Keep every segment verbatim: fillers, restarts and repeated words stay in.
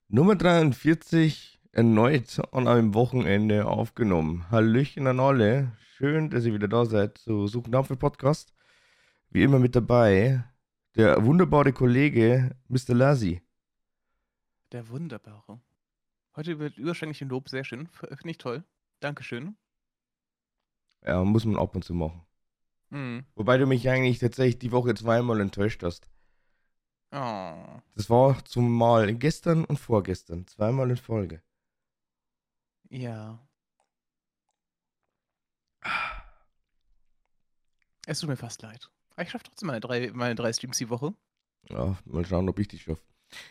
Nummer dreiundvierzig erneut an einem Wochenende aufgenommen. Hallöchen an alle. Schön, dass ihr wieder da seid zu Suchen Apfel Podcast. Wie immer mit dabei der wunderbare Kollege Mister Lassi. Der Wunderbare. Heute wird überschwänglich ein Lob, sehr schön. F- Finde ich toll. Dankeschön. Ja, muss man ab und zu machen. Hm. Wobei du mich eigentlich tatsächlich die Woche zweimal enttäuscht hast. Oh. Das war zumal gestern und vorgestern. Zweimal in Folge. Ja. Es tut mir fast leid. Aber ich schaffe trotzdem meine drei, meine drei Streams die Woche. Ja, mal schauen, ob ich die schaffe.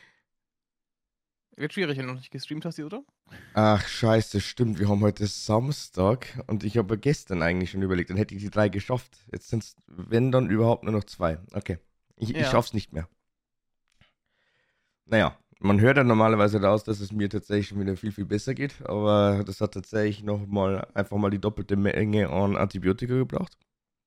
Wird schwierig, wenn du noch nicht gestreamt hast, oder? Ach, scheiße, stimmt. Wir haben heute Samstag und ich habe gestern eigentlich schon überlegt, dann hätte ich die drei geschafft. Jetzt sind es, wenn dann überhaupt nur noch zwei. Okay. Ich, ich Ja. schaff's nicht mehr. Naja, man hört ja normalerweise raus, dass es mir tatsächlich schon wieder viel, viel besser geht, aber das hat tatsächlich noch mal einfach mal die doppelte Menge an Antibiotika gebraucht.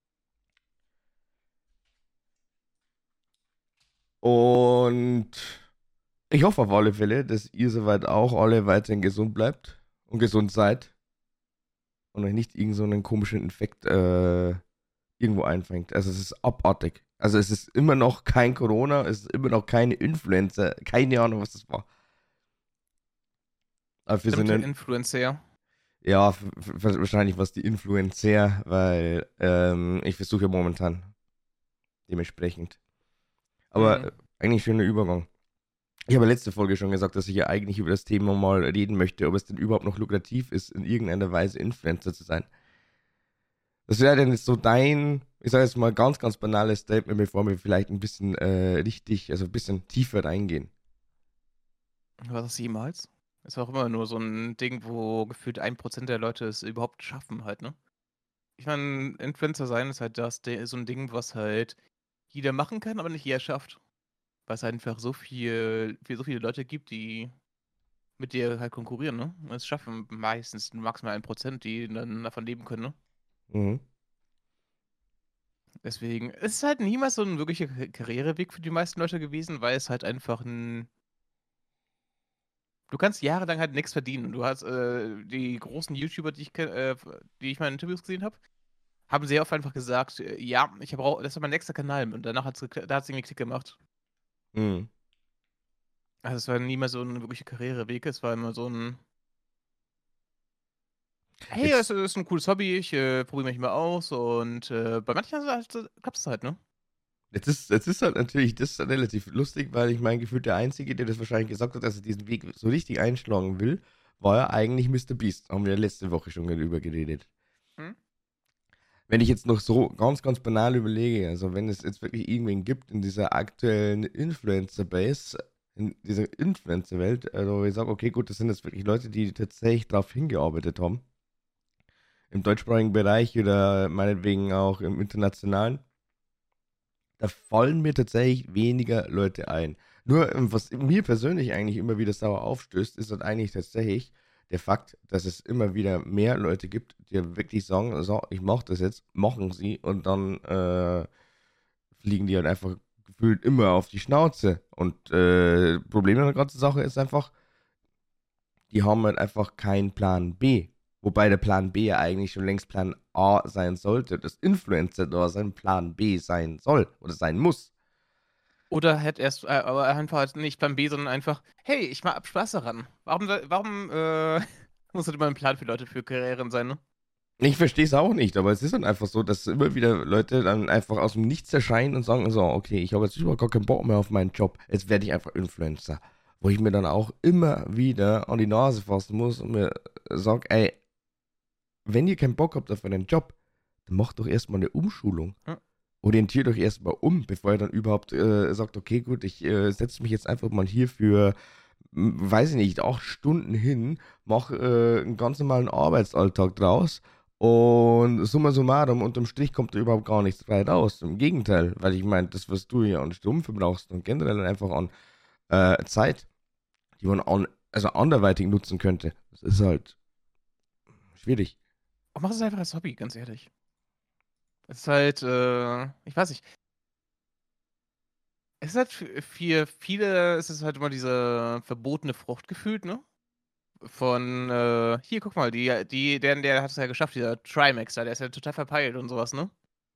Und ich hoffe auf alle Fälle, dass ihr soweit auch alle weiterhin gesund bleibt und gesund seid und euch nicht irgend so einen komischen Infekt äh, irgendwo einfängt. Also es ist abartig. Also es ist immer noch kein Corona, es ist immer noch keine Influenza, keine Ahnung, was das war. Aber wir sind Verdammte ein, Influencer. ja, f- f- wahrscheinlich was die Influencer, weil ähm, ich versuche ja momentan dementsprechend. Aber Hm. äh, eigentlich schöner Übergang. Ich habe letzte Folge schon gesagt, dass ich ja eigentlich über das Thema mal reden möchte, ob es denn überhaupt noch lukrativ ist, in irgendeiner Weise Influencer zu sein. Das wäre denn jetzt so dein, ich sage jetzt mal ganz, ganz banales Statement, bevor wir vielleicht ein bisschen äh, richtig, also ein bisschen tiefer reingehen. War das jemals? Es war auch immer nur so ein Ding, wo gefühlt ein Prozent der Leute es überhaupt schaffen halt, ne? Ich meine, Influencer sein ist halt das, de- so ein Ding, was halt jeder machen kann, aber nicht jeder schafft. Weil es einfach so viel, viel, so viele Leute gibt, die mit dir halt konkurrieren, ne? Und es schaffen meistens maximal ein Prozent, die dann davon leben können, ne? Mhm. Deswegen, es ist halt niemals so ein wirklicher Ka- Karriereweg für die meisten Leute gewesen, weil es halt einfach ein. Du kannst jahrelang halt nichts verdienen. Du hast äh, die großen YouTuber, die ich kenn, äh, die ich mal in Interviews gesehen habe, haben sehr oft einfach gesagt, äh, ja, ich habe auch, das ist mein nächster Kanal und danach hat's, gekl- da hat es irgendwie Klick gemacht. Mhm. Also es war niemals so ein wirklicher Karriereweg, es war immer so ein, hey, das Jetzt, ist ein cooles Hobby, ich äh, probiere mich mal aus und äh, bei manchen halt, klappt es halt, ne? jetzt, ist, jetzt ist halt natürlich das relativ lustig, weil ich mein Gefühl, der Einzige, der das wahrscheinlich gesagt hat, dass er diesen Weg so richtig einschlagen will, war ja eigentlich Mister Beast. Haben wir letzte Woche schon darüber geredet. Hm? Wenn ich jetzt noch so ganz, ganz banal überlege, also wenn es jetzt wirklich irgendwen gibt in dieser aktuellen Influencer-Base, in dieser Influencer-Welt, also ich sage, okay, gut, das sind jetzt wirklich Leute, die tatsächlich darauf hingearbeitet haben, im deutschsprachigen Bereich oder meinetwegen auch im internationalen, da fallen mir tatsächlich weniger Leute ein. Nur, ähm, was mir persönlich eigentlich immer wieder sauer aufstößt, ist halt eigentlich tatsächlich der Fakt, dass es immer wieder mehr Leute gibt, die wirklich sagen, so, ich mache das jetzt, machen sie und dann äh, fliegen die halt einfach gefühlt immer auf die Schnauze. Und äh, Problem an der ganzen Sache ist einfach, die haben halt einfach keinen Plan B. Wobei der Plan B ja eigentlich schon längst Plan A sein sollte. Das Influencer da sein Plan B sein soll oder sein muss. Oder halt erst, äh, aber einfach halt nicht Plan B, sondern einfach, hey, ich mach Spaß daran. Warum, soll- warum äh, muss das immer ein Plan für Leute für Karrieren sein, ne? Ich verstehe es auch nicht, aber es ist dann einfach so, dass immer wieder Leute dann einfach aus dem Nichts erscheinen und sagen so, okay, ich habe jetzt überhaupt gar keinen Bock mehr auf meinen Job, jetzt werde ich einfach Influencer. Wo ich mir dann auch immer wieder an die Nase fassen muss und mir sage, ey, wenn ihr keinen Bock habt auf einen Job, dann macht doch erstmal eine Umschulung. Hm? Orientiert euch erstmal um, bevor ihr dann überhaupt äh, sagt, okay, gut, ich äh, setze mich jetzt einfach mal hier für, m, weiß ich nicht, acht Stunden hin, mache äh, einen ganz normalen Arbeitsalltag draus und summa summarum, unterm Strich kommt da überhaupt gar nichts frei raus. Im Gegenteil, weil ich meine, das, was du hier an Strom verbrauchst und generell einfach an äh, Zeit, die man an, also anderweitig nutzen könnte, das ist halt schwierig. Mach es einfach als Hobby, ganz ehrlich. Es ist halt, äh, ich weiß nicht. Es ist halt f für viele ist es halt immer diese verbotene Frucht gefühlt, ne? Von, äh hier, guck mal, die die der der hat es ja geschafft, dieser Trimax da, der ist ja total verpeilt und so was, ne?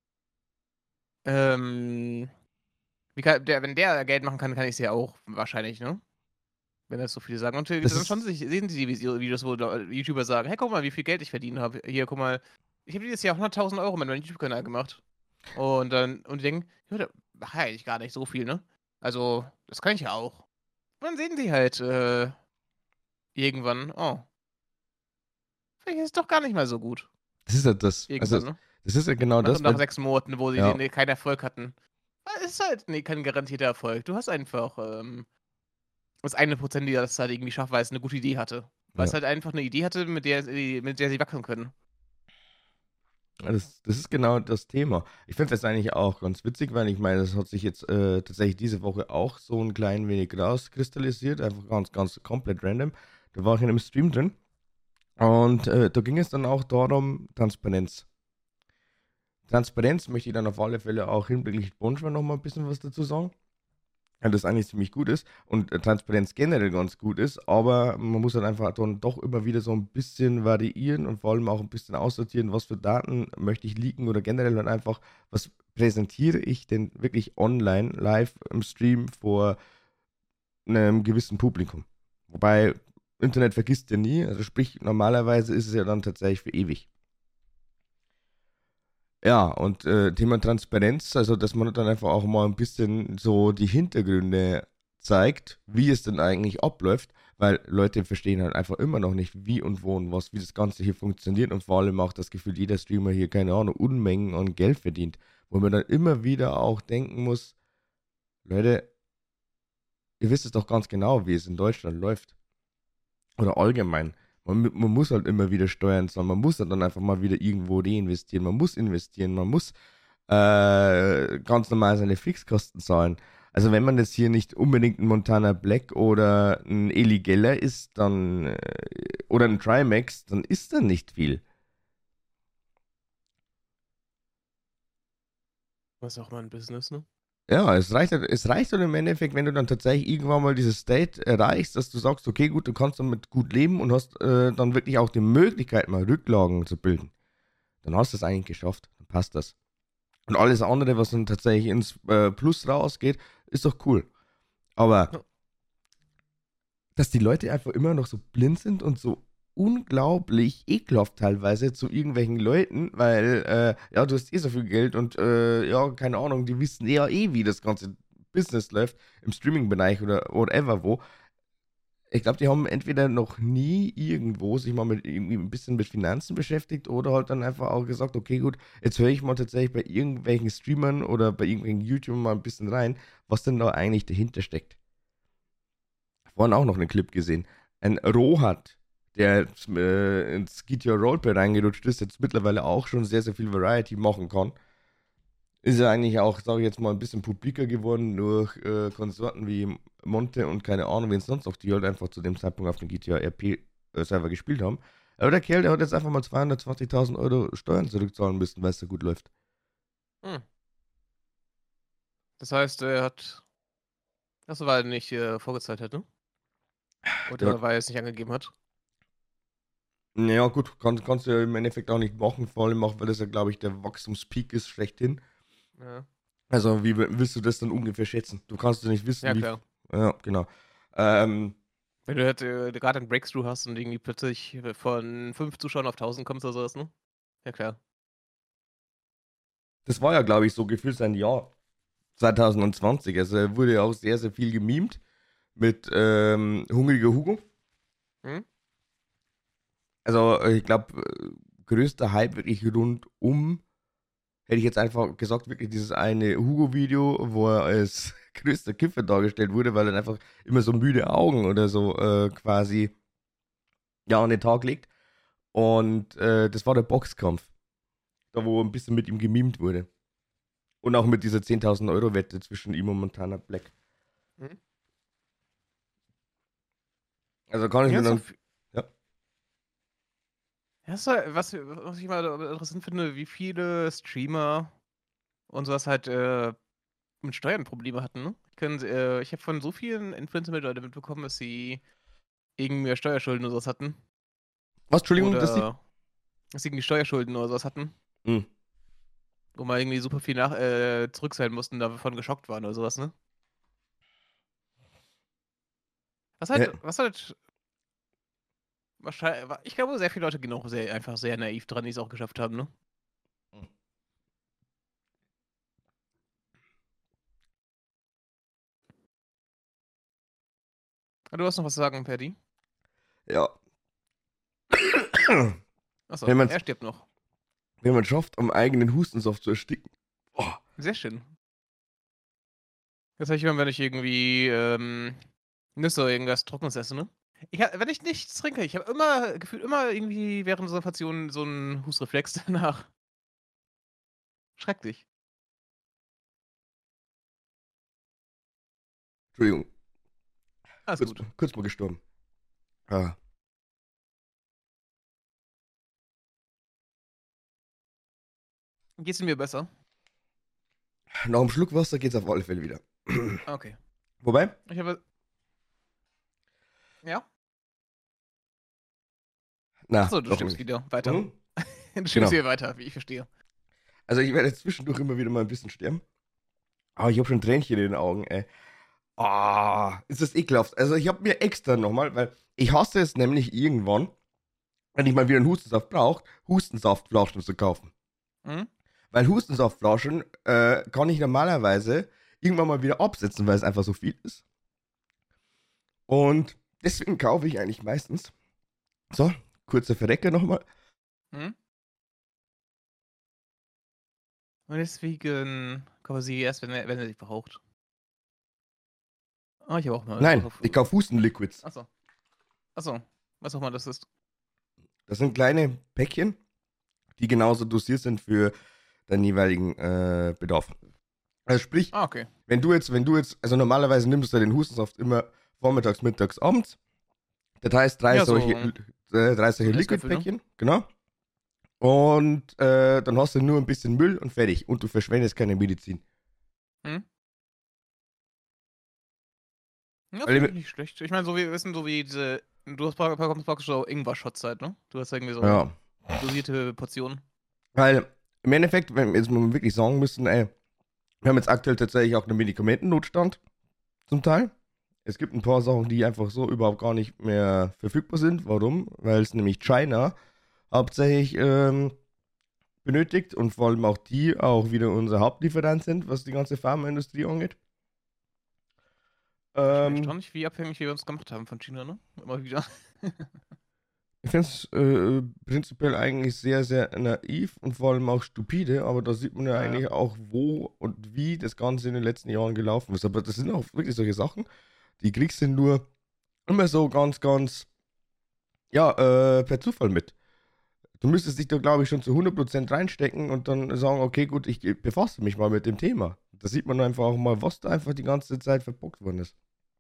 Ähm, wie kann der wenn der Geld machen kann, kann ich's ja auch wahrscheinlich, ne? Wenn das so viele sagen. Und Das dann schauen ist sie sich sehen sie die Visio Videos, wo da YouTuber sagen: „Hey, guck mal, wie viel Geld ich verdient habe. Hier, guck mal, ich habe dieses Jahr hunderttausend Euro mit meinem YouTube-Kanal gemacht.“ Und dann und die denken: „Ja, da mache ja eigentlich gar nicht so viel, ne? Also, das kann ich ja auch.“ Und dann sehen sie halt, äh, irgendwann: „Oh, vielleicht ist es doch gar nicht mal so gut.“ das ist ja das. Also, Irgendwann, ne? das ist ja genau Nach das, nach weil sechs Monaten, wo sie ja, den keinen Erfolg hatten. Ah, ist halt, ne, kein garantierter Erfolg. Du hast einfach, ähm, das eine Prozent, die das halt irgendwie schafft, weil es 'ne gute Idee hatte. Weil ja. es halt einfach 'ne Idee hatte, mit der sie mit der sie wachsen können. Das das ist genau das Thema. Ich finde das eigentlich auch ganz witzig, weil ich meine, das hat sich jetzt, äh, tatsächlich diese Woche auch so 'n klein wenig rauskristallisiert, einfach ganz, ganz komplett random. Da war ich in 'nem Stream drin und, äh, da ging es dann auch darum, Transparenz. Transparenz möchte ich dann auf alle Fälle auch hinblicklich Spongebob noch mal 'n bisschen was dazu sagen. Ja, das eigentlich ziemlich gut ist und, äh, Transparenz generell ganz gut ist, aber man muss halt einfach dann doch immer wieder so 'n bisschen variieren und vor allem auch 'n bisschen aussortieren, was für Daten möchte ich leaken oder generell halt einfach, was präsentiere ich denn wirklich online live im Stream vor 'nem gewissen Publikum. Wobei Internet vergisst ja nie, also sprich, normalerweise ist es ja dann tatsächlich für ewig. Ja, und, äh, Thema Transparenz, also, dass man dann einfach auch mal 'n bisschen so die Hintergründe zeigt, wie es denn eigentlich abläuft, weil Leute verstehen halt einfach immer noch nicht, wie und wo und was wie das Ganze hier funktioniert und vor allem auch das Gefühl, jeder Streamer hier, keine Ahnung, Unmengen an Geld verdient, wo man dann immer wieder auch denken muss: „Leute“ „ihr wisst es doch ganz genau, wie es in Deutschland läuft.“ Oder allgemein. Man man muss halt immer wieder Steuern zahlen. Man muss halt dann einfach mal wieder irgendwo reinvestieren. Man muss investieren. Man muss, äh, ganz normal seine Fixkosten zahlen. Also, wenn man jetzt hier nicht unbedingt 'n Montana Black oder 'n Eli Geller ist, dann äh, oder 'n Trimax, dann ist da nicht viel. Was auch mal 'n Business, ne? Ja, es reicht halt es reicht halt im Endeffekt, wenn du dann tatsächlich irgendwann mal dieses State erreichst, dass du sagst: „Okay, gut, du kannst damit gut leben und hast, äh, dann wirklich auch die Möglichkeit, mal Rücklagen zu bilden.“ Dann hast du's eigentlich geschafft, dann passt das. Und alles andere, was dann tatsächlich ins, äh, Plus rausgeht, ist doch cool. Aber Ja. dass die Leute einfach immer noch so blind sind und so unglaublich ekelhaft teilweise zu irgendwelchen Leuten, weil, äh, ja, du hast eh so viel Geld und, äh, ja, keine Ahnung, die wissen ja eh, wie das ganze Business läuft im Streaming-Bereich oder whatever wo. Ich glaube, die haben entweder noch nie irgendwo sich mal mit irgendwie 'n bisschen mit Finanzen beschäftigt oder halt dann einfach auch gesagt: „Okay, gut, jetzt höre ich mal tatsächlich bei irgendwelchen Streamern oder bei irgendwelchen YouTubern mal 'n bisschen rein, was denn da eigentlich dahinter steckt.“ Vorhin auch noch 'nen Clip gesehen. Ein Rohat, der jetzt, äh, ins G T A Roleplay reingerutscht ist, jetzt mittlerweile auch schon sehr, sehr viel Variety machen kann. Ist ja eigentlich auch, sage ich jetzt mal, 'n bisschen publiker geworden durch, äh, Konsorten wie Monte und keine Ahnung, wen sonst noch, die halt einfach zu dem Zeitpunkt auf dem G T A R P, äh, Server gespielt haben. Aber der Kerl, der hat jetzt einfach mal zweihundertzwanzigtausend Euro Steuern zurückzahlen müssen, weil's so gut läuft. Hm. Das heißt, er hat ach so, weil er nicht, äh, vorgezahlt hat, ne? Der Oder weil er's nicht angegeben hat? Na ja, gut, kann kannst du ja im Endeffekt auch nicht machen, vor allem auch, weil das ja, glaube ich, der Wachstumspeak ist schlechthin. Ja. Also, wie wi willst du das dann ungefähr schätzen? Du kannst ja nicht wissen, Ja, wie f klar. ja, genau. Ähm Wenn du halt, äh, grad ein Breakthrough hast und irgendwie plötzlich von fünf Zuschauern auf tausend kommst oder so was, ne? Ja, klar. Das war ja, glaube ich, so gefühlt sein Jahr zweitausendzwanzig. Also, er wurde ja auch sehr, sehr viel gemimt mit, ähm, Hungriger Hugo. Mhm. Also, äh, ich glaube, äh, größter Hype wirklich rundum hätte ich jetzt einfach gesagt, wirklich dieses eine Hugo-Video, wo er als größter Kiffer dargestellt wurde, weil er einfach immer so müde Augen oder so, äh, quasi ja, an den Tag legt. Und, äh, das war der Boxkampf. Da, wo 'n bisschen mit ihm gemimt wurde. Und auch mit dieser zehntausend-Euro-Wette zwischen ihm und Montana Black. Mhm. Also, kann ich Ja, mir ist doch dann v ja. Ja, ist ja was was ich mal interessant finde, wie viele Streamer und so was halt, äh mit Steuern Probleme hatten, ne? Ich, kann, äh, ich habe von so vielen Influencer-Mitarbeitern mitbekommen, dass sie irgendwie Steuerschulden oder sowas hatten. Was, Entschuldigung, dass die. Oder dass sie irgendwie Steuerschulden oder sowas hatten. Hm. Wo mal irgendwie super viel nach, äh, zurückzahlen mussten, davon geschockt waren oder sowas, ne? Was Ja. halt, was halt wahrscheinlich, ich glaube, sehr viele Leute gehen auch sehr, einfach sehr naiv dran, die es auch geschafft haben, ne? Ah, du hast noch was zu sagen, Paddy? Ja. Achso, Wenn man er stirbt noch. wenn man schafft, am eigenen Hustensaft zu ersticken. Oh. Sehr schön. Das habe ich immer, wenn ich irgendwie ähm, Nüsse oder irgendwas Trockenes esse, ne? Ich hab, wenn ich nichts trinke, ich habe immer, gefühlt immer irgendwie während so einer Portion so einen Hustreflex danach. Schrecklich. Entschuldigung, Alles kurz, gut. kurz mal gestorben. Ah. Geht's mir besser? Nach einem Schluck Wasser geht's auf alle Fälle wieder. Okay. Wobei? Ich habe. Ja? Na, Achso, du doch stimmst nicht. wieder. Weiter. Mhm. Du stimmst Genau. wieder weiter, wie ich verstehe. Also ich werde jetzt zwischendurch immer wieder mal ein bisschen sterben. Aber ich habe schon Tränchen in den Augen, ey. Ah, ist das ekelhaft. Also ich habe mir extra nochmal, weil ich hasse es nämlich irgendwann, wenn ich mal wieder einen Hustensaft brauche, Hustensaftflaschen zu kaufen. Hm? Weil Hustensaftflaschen äh, kann ich normalerweise irgendwann mal wieder absetzen, weil es einfach so viel ist. Und deswegen kaufe ich eigentlich meistens. So, kurzer Verrecker nochmal. Hm? Und deswegen kaufen sie erst, wenn er, wenn er sich verraucht. Ah, ich habe auch mal. Nein, Auch auf, ich kaufe Hustenliquids. achso. Achso. Was auch mal das ist. Das sind kleine Päckchen, die genauso dosiert sind für deinen jeweiligen äh, Bedarf. Also sprich, Ah, okay. wenn du jetzt, wenn du jetzt, also normalerweise nimmst du den Hustensaft immer vormittags, mittags, abends. Das heißt drei Ja, so. solche, äh, drei So solche ein Esslöffel, ne? Liquidpäckchen, genau. Und äh, dann hast du nur ein bisschen Müll und fertig. Und du verschwendest keine Medizin. Hm? Ja, Weil finde ich im- nicht schlecht. Ich meine, so wie, wissen, so wie diese. Du hast pra- bekommst praktisch so Ingwer-Shots halt, ne? Du hast irgendwie so ja, dosierte Portionen. weil im Endeffekt, wenn wir jetzt mal wirklich sagen müssen, ey, wir haben jetzt aktuell tatsächlich auch einen Medikamentennotstand zum Teil. Es gibt ein paar Sachen, die einfach so überhaupt gar nicht mehr verfügbar sind. Warum? Weil es nämlich China hauptsächlich ähm, benötigt und vor allem auch die auch wieder unser Hauptlieferant sind, was die ganze Pharmaindustrie angeht. Schon Ähm, erstaunlich, wie abhängig wir uns gemacht haben von China, ne? Immer wieder. ich finde es äh, prinzipiell eigentlich sehr, sehr naiv und vor allem auch stupide, aber da sieht man ja Ja, ja. eigentlich auch, wo und wie das Ganze in den letzten Jahren gelaufen ist. Aber das sind auch wirklich solche Sachen, die kriegst du nur immer so ganz, ganz, ja, äh, per Zufall mit. Du müsstest dich da, glaube ich, schon zu hundert Prozent reinstecken und dann sagen, okay, gut, ich befasse mich mal mit dem Thema. Da sieht man einfach auch mal, was da einfach die ganze Zeit verbockt worden ist.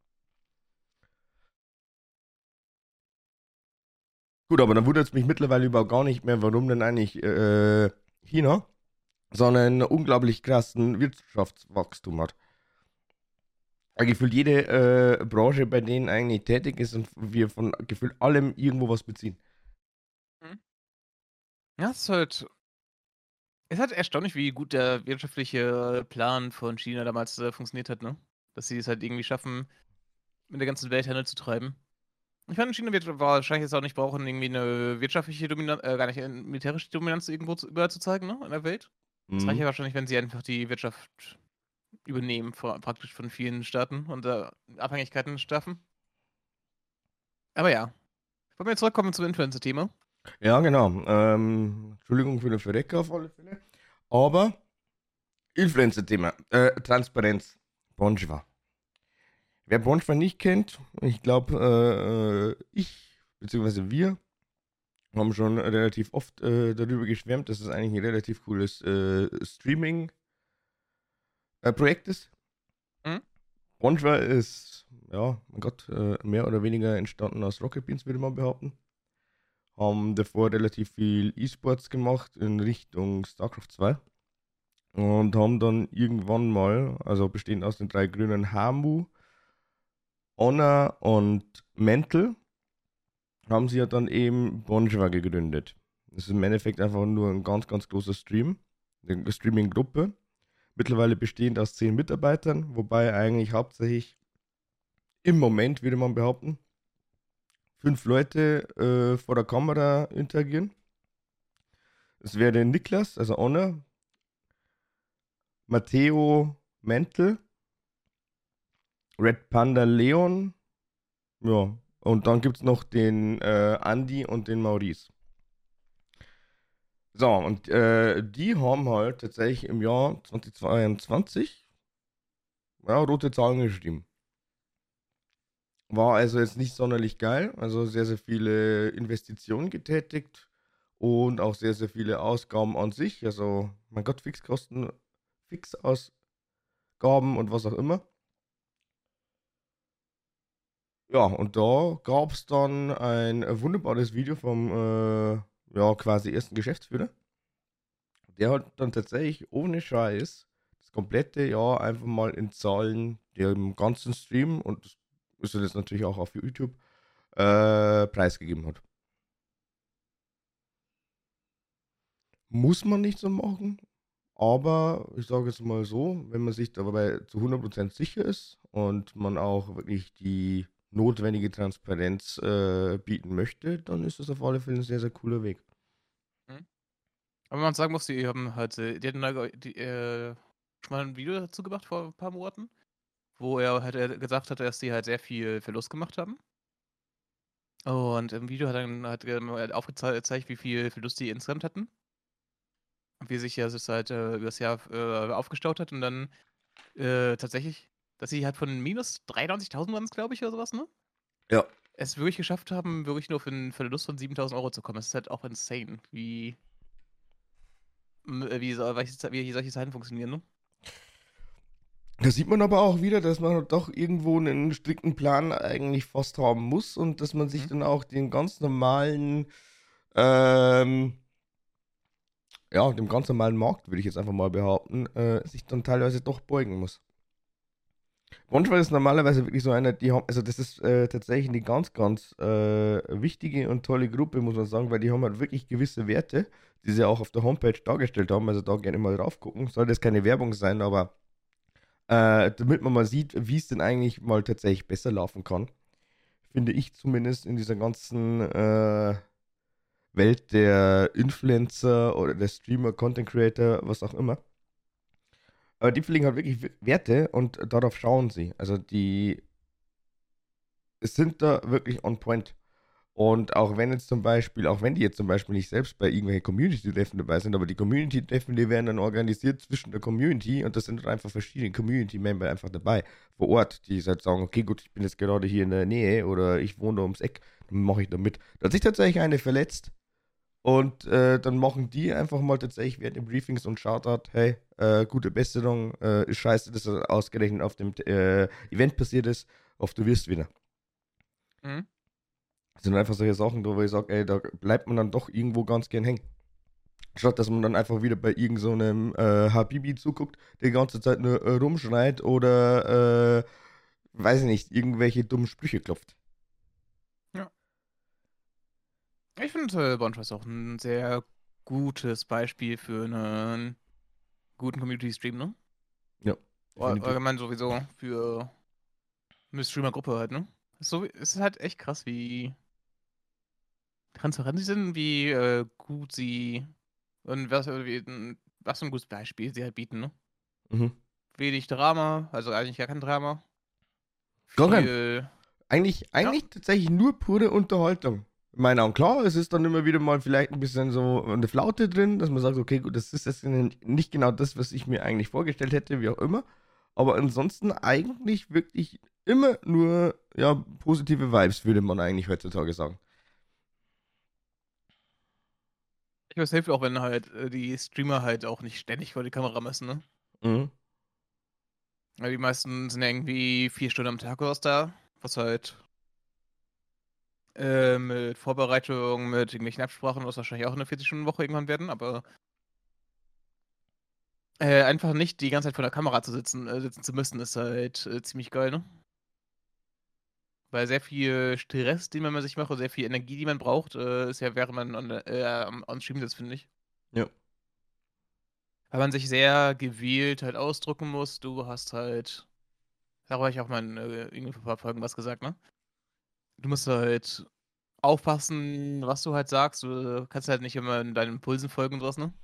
Gut, aber dann wundert es mich mittlerweile überhaupt gar nicht mehr, warum denn eigentlich äh, China so einen unglaublich krassen Wirtschaftswachstum hat. Weil gefühlt jede äh, Branche bei denen eigentlich tätig ist und wir von gefühlt allem irgendwo was beziehen. Hm? Ja, es ist halt. Es ist halt erstaunlich, wie gut der wirtschaftliche Plan von China damals äh, funktioniert hat, ne? Dass sie es halt irgendwie schaffen, mit der ganzen Welt Handel zu treiben. Ich meine, China wird wahrscheinlich jetzt auch nicht brauchen, irgendwie eine wirtschaftliche Dominanz, äh, gar nicht eine militärische Dominanz irgendwo zu, überall zu zeigen, ne? In der Welt. Es reicht Mhm. ja wahrscheinlich, wenn sie einfach die Wirtschaft übernehmen, vor, praktisch von vielen Staaten und äh, Abhängigkeiten schaffen. Aber ja. Wollen wir jetzt zurückkommen zum Influencer-Thema? Ja, genau. Ähm, Entschuldigung für den Verrecker auf alle Fälle. Aber Influencer-Thema. Äh, Transparenz. Bonjour. Wer Bonjour nicht kennt, ich glaube, äh, ich, beziehungsweise wir, haben schon relativ oft äh, darüber geschwärmt, dass es eigentlich ein relativ cooles äh, Streaming-Projekt ist. Hm? Bonjour ist, ja, mein Gott, äh, mehr oder weniger entstanden aus Rocket Beans, würde man behaupten. Haben davor relativ viel E-Sports gemacht in Richtung StarCraft zwei. und haben dann irgendwann mal, also bestehend aus den drei Grünen Hamu, Honor und Mental, haben sie ja dann eben Bonjour gegründet. Das ist im Endeffekt einfach nur ein ganz, ganz großer Stream, eine Streaming-Gruppe, mittlerweile bestehend aus zehn Mitarbeitern, wobei eigentlich hauptsächlich im Moment, würde man behaupten, fünf Leute äh, vor der Kamera interagieren. Es wäre Niklas, also Honor, Matteo Mental, Red Panda Leon, ja, und dann gibt es noch den äh, Andy und den Maurice. So, und äh, die haben halt tatsächlich im Jahr zweitausendzweiundzwanzig ja, rote Zahlen geschrieben. War also jetzt nicht sonderlich geil, also sehr, sehr viele Investitionen getätigt und auch sehr, sehr viele Ausgaben an sich. Also, mein Gott, Fixkosten, Fixausgaben und was auch immer. Ja, und da gab es dann ein wunderbares Video vom äh, ja, quasi ersten Geschäftsführer. Der hat dann tatsächlich ohne Scheiß das komplette Jahr einfach mal in Zahlen dem ganzen Stream und das ist jetzt natürlich auch auf YouTube äh, preisgegeben hat. Muss man nicht so machen, aber ich sage jetzt mal so, wenn man sich dabei zu hundert Prozent sicher ist und man auch wirklich die notwendige Transparenz äh, bieten möchte, dann ist das auf alle Fälle ein sehr, sehr cooler Weg. Mhm. Aber wenn man sagen muss, die haben halt, äh, die hatten da, die, äh, schon mal ein Video dazu gemacht vor ein paar Monaten, wo er halt äh, gesagt hat, dass die halt sehr viel Verlust gemacht haben. Und im Video hat er dann halt ähm, halt aufgezeigt, wie viel Verlust die insgesamt hatten. Und wie sich ja das halt äh, über das Jahr äh, aufgestaut hat. Und dann äh, tatsächlich, dass sie halt von minus dreiundneunzigtausend waren es, glaube ich, oder sowas, ne? Ja. Es wirklich geschafft haben, wirklich nur für einen Verlust von siebentausend Euro zu kommen. Das ist halt auch insane, wie, m- äh, wie, so, welche- wie solche Zeiten funktionieren, ne? Da sieht man aber auch wieder, dass man doch irgendwo einen strikten Plan eigentlich fast haben muss und dass man sich Mhm. dann auch den ganz normalen, ähm, ja, dem ganz normalen Markt, würde ich jetzt einfach mal behaupten, äh, sich dann teilweise doch beugen muss. Bonchwell ist normalerweise wirklich so einer, die haben, also das ist äh, tatsächlich eine ganz, ganz äh, wichtige und tolle Gruppe, muss man sagen, weil die haben halt wirklich gewisse Werte, die sie auch auf der Homepage dargestellt haben, also da gerne mal drauf gucken. Soll das keine Werbung sein, aber äh, damit man mal sieht, wie es denn eigentlich mal tatsächlich besser laufen kann, finde ich zumindest in dieser ganzen äh, Welt der Influencer oder der Streamer, Content Creator, was auch immer. Aber die pflegen halt wirklich Werte und darauf schauen sie. Also die sind da wirklich on point. Und auch wenn jetzt zum Beispiel, auch wenn die jetzt zum Beispiel nicht selbst bei irgendwelchen Community-Treffen dabei sind, aber die Community-Treffen, die werden dann organisiert zwischen der Community und das sind dann einfach verschiedene Community-Member einfach dabei vor Ort, die halt sagen, okay, gut, ich bin jetzt gerade hier in der Nähe oder ich wohne da ums Eck, dann mache ich da mit. Da hat sich tatsächlich eine verletzt und äh, dann machen die einfach mal tatsächlich während den Briefings und Shoutout, hey, äh, gute Besserung, äh, ist scheiße, dass das ausgerechnet auf dem äh, Event passiert ist, auf du wirst wieder. Mhm. Das sind einfach solche Sachen, wo ich sage, ey, da bleibt man dann doch irgendwo ganz gern hängen. Statt dass man dann einfach wieder bei irgendeinem so einem, äh, Habibi zuguckt, der die ganze Zeit nur äh, rumschreit oder, äh, weiß ich nicht, irgendwelche dummen Sprüche klopft. Ja. Ich finde, äh, Bonfire ist auch ein sehr gutes Beispiel für einen guten Community-Stream, ne? Ja, Oder definitiv. allgemein sowieso für eine Streamer-Gruppe halt, ne? Es ist, so, es ist halt echt krass, wie transparent sie sind, wie äh, gut sie und was, wie, was für ein gutes Beispiel sie halt bieten, ne? Mhm. Wenig Drama, also eigentlich gar kein Drama. Gar kein. Viel, Eigentlich, ja, eigentlich tatsächlich nur pure Unterhaltung. Ich meine, auch klar, es ist dann immer wieder mal vielleicht ein bisschen so eine Flaute drin, dass man sagt, okay, gut, das ist jetzt nicht genau das, was ich mir eigentlich vorgestellt hätte, wie auch immer. Aber ansonsten eigentlich wirklich immer nur, ja, positive Vibes, würde man eigentlich heutzutage sagen. ich weiß, hilft auch, wenn halt äh, die Streamer halt auch nicht ständig vor die Kamera müssen, ne? Mhm. Weil die meisten sind ja irgendwie vier Stunden am Tag oder was da, was halt äh, mit Vorbereitung, mit irgendwelchen Absprachen, was wahrscheinlich auch eine vierzig-Stunden-Woche irgendwann werden, aber Äh, einfach nicht die ganze Zeit vor der Kamera zu sitzen äh, sitzen zu müssen, ist halt, äh, ziemlich geil, ne? Weil sehr viel Stress, den man bei sich macht und sehr viel Energie, die man braucht, äh, ist ja, während man on äh, am on Stream sitzt, finde ich. Ja. Weil man sich sehr gewählt halt ausdrücken muss. Du hast halt darüber habe ich auch mal in, äh, irgendwie vor 'n paar Folgen was gesagt, ne? Du musst halt aufpassen, was du halt sagst. Du kannst halt nicht immer in deinen Impulsen folgen und so was, ne?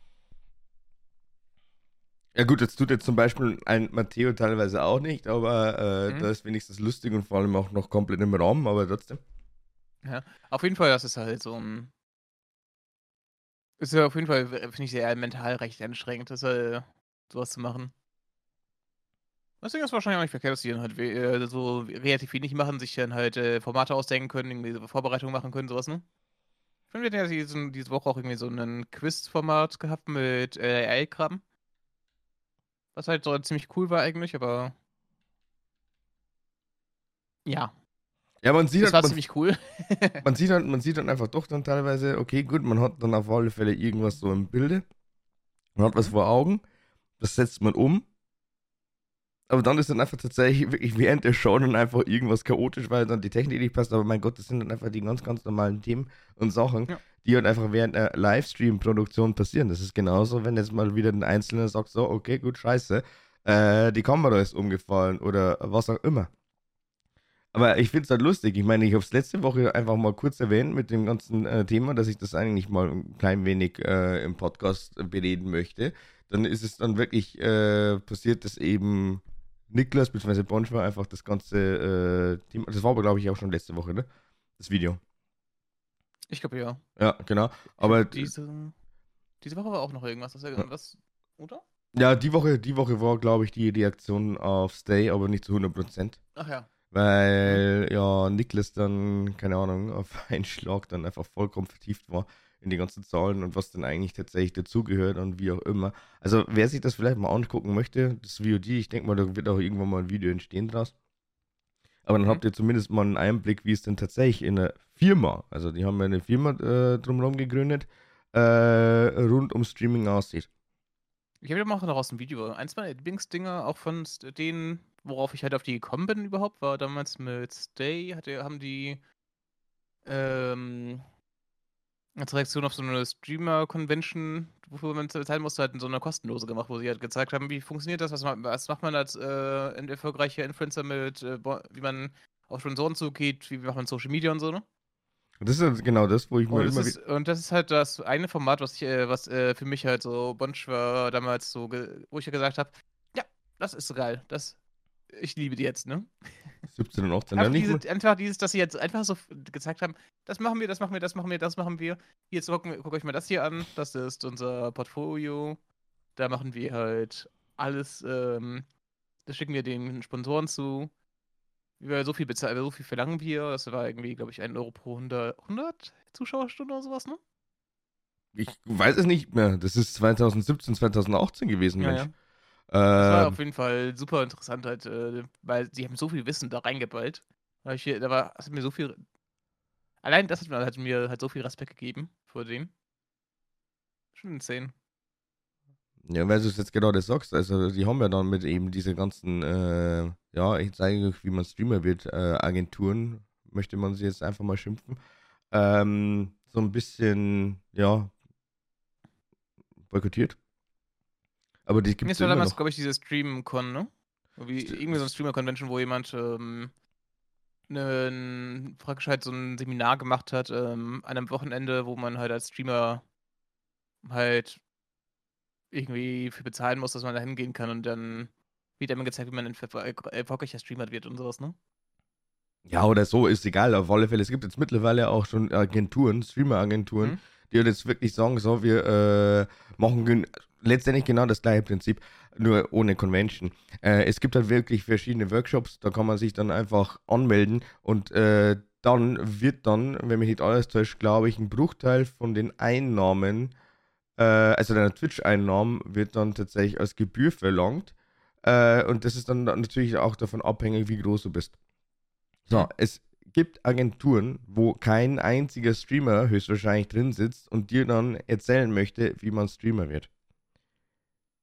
Ja gut, das tut jetzt zum Beispiel ein Matteo teilweise auch nicht, aber äh, Mhm. da ist wenigstens lustig und vor allem auch noch komplett im Raum, aber trotzdem. Ja. Auf jeden Fall, das ist halt so 'n ist ja auf jeden Fall, w finde ich, sehr mental recht anstrengend, das, äh so was zu machen. Deswegen ist es wahrscheinlich auch nicht verkehrt, dass die dann halt we äh, so relativ wenig machen, sich dann halt, äh, Formate ausdenken können, irgendwie so Vorbereitungen machen können, so was, ne? Ich finde, wir hatten ja diesen diese Woche auch irgendwie so 'nen Quiz-Format gehabt mit, äh, A I-Kram. Was halt so ziemlich cool war eigentlich, aber ja, Ja, man sieht es halt, war man, ziemlich cool. man sieht halt, man sieht dann einfach doch dann teilweise, okay, gut, man hat dann auf alle Fälle irgendwas so im Bilde, man hat was Mhm. vor Augen, das setzt man um, aber dann ist dann einfach tatsächlich wirklich während der Show dann einfach irgendwas chaotisch, weil dann die Technik nicht passt, aber mein Gott, das sind dann einfach die ganz, ganz normalen Themen und Sachen, Ja. die halt einfach während einer Livestream-Produktion passieren. Das ist genauso, wenn jetzt mal wieder ein Einzelner sagt, so, okay, gut, scheiße, äh, die Kamera ist umgefallen oder was auch immer. Aber ich finde es halt lustig. Ich meine, ich habe es letzte Woche einfach mal kurz erwähnt mit dem ganzen äh, Thema, dass ich das eigentlich mal ein klein wenig äh, im Podcast äh, bereden möchte. Dann ist es dann wirklich äh, passiert, dass eben Niklas bzw. Bonschwa einfach das ganze äh, Thema, das war aber glaube ich auch schon letzte Woche, ne? Das Video. Ich glaube, ja. Ja, genau. Ich glaube, Aber diese diese Woche war auch noch irgendwas, das äh, was oder? ja, die Woche, die Woche war, glaube ich, die Reaktion auf Stay, aber nicht zu hundert Prozent. Ach ja. Mhm. Weil ja Niklas dann, keine Ahnung, auf einen Schlag dann einfach vollkommen vertieft war in die ganzen Zahlen und was dann eigentlich tatsächlich dazugehört und wie auch immer. Also wer sich das vielleicht mal angucken möchte, das V O D, ich denke mal, da wird auch irgendwann mal ein Video entstehen draus. Aber dann Mhm. habt ihr zumindest mal einen Einblick, wie es denn tatsächlich in der Firma, also die haben ja eine Firma äh, drumherum gegründet, äh, rund um Streaming aussieht. Ich habe ja auch noch aus dem Video eins meiner Lieblingsdinger, auch von s denen, worauf ich halt auf die gekommen bin überhaupt, war damals mit Stay, hatte haben die, ähm, als Reaktion auf so 'ne Streamer-Convention, wofür man z zahlen musste, halt so 'ne kostenlose gemacht, wo sie halt gezeigt haben, wie funktioniert das, was ma was macht man als, äh, ein erfolgreicher Influencer mit, äh, bo wie man auf Sponsoren zugeht, wie macht man Social Media und so, ne? Und das ist halt genau das, wo ich mir Und es immer ist wieder. und das ist halt das eine Format, was ich, äh was, äh, für mich halt so Bonschwa damals so ge wo ich ja gesagt habe: „Ja, das ist so geil. Das ich liebe die jetzt“, ne? siebzehn und achtzehn, ja Einfach nicht diese mal. einfach dieses, dass sie jetzt einfach so f gezeigt haben: „Das machen wir, das machen wir, das machen wir, das machen wir. Jetzt gucken guckt euch mal das hier an. Das ist unser Portfolio. Da machen wir halt alles, ähm das schicken wir den Sponsoren zu. Wir so viel bezahlen so viel verlangen wir.“ Das war irgendwie, glaube ich, ein Euro pro hundert hundert Zuschauerstunden oder so was, ne? Ich weiß es nicht mehr. Das ist zwanzig siebzehn, zwanzig achtzehn gewesen, Ja, Mensch. ja. Das war auf Ähm, jeden Fall super interessant halt, äh, weil sie haben so viel Wissen da reingeballt. Da ich da war das hat mir so viel allein das hat mir hat mir halt so viel Respekt gegeben vor denen. Schon insane. ja, weil du es jetzt genau das sagst, also die haben ja dann mit eben diese ganzen, äh, ja, ich zeige euch, wie man Streamer wird, äh, Agenturen, möchte man sie jetzt einfach mal schimpfen, ähm, so ein bisschen, ja, boykottiert. Aber die Ne, gibt es es ja war immer damals, noch. glaube ich, diese Stream-Con, ne? Irgendwie St irgendwie so 'ne Streamer-Convention, wo jemand, ähm, 'nen praktisch halt so 'n Seminar gemacht hat, ähm, an 'nem Wochenende, wo man halt als Streamer halt irgendwie für bezahlen muss, dass man da hingehen kann und dann wird einem gezeigt, wie man ein erf erfolgreicher Streamer wird und so was, ne? Ja, oder so, ist egal. Auf alle Fälle. Es gibt jetzt mittlerweile auch schon Agenturen, Streamer-Agenturen, Mhm. die halt jetzt wirklich sagen, so, wir äh, machen gen letztendlich genau das gleiche Prinzip, nur ohne Convention. Äh, es gibt halt wirklich verschiedene Workshops, da kann man sich dann einfach anmelden und äh, dann wird dann, wenn mich nicht alles täuscht, glaube ich, ein Bruchteil von den Einnahmen, äh, also deiner Twitch-Einnahmen, wird dann tatsächlich als Gebühr verlangt. Äh, und das ist dann natürlich auch davon abhängig, wie groß du bist. So, Mhm. es gibt Agenturen, wo kein einziger Streamer höchstwahrscheinlich drin sitzt und dir dann erzählen möchte, wie man Streamer wird.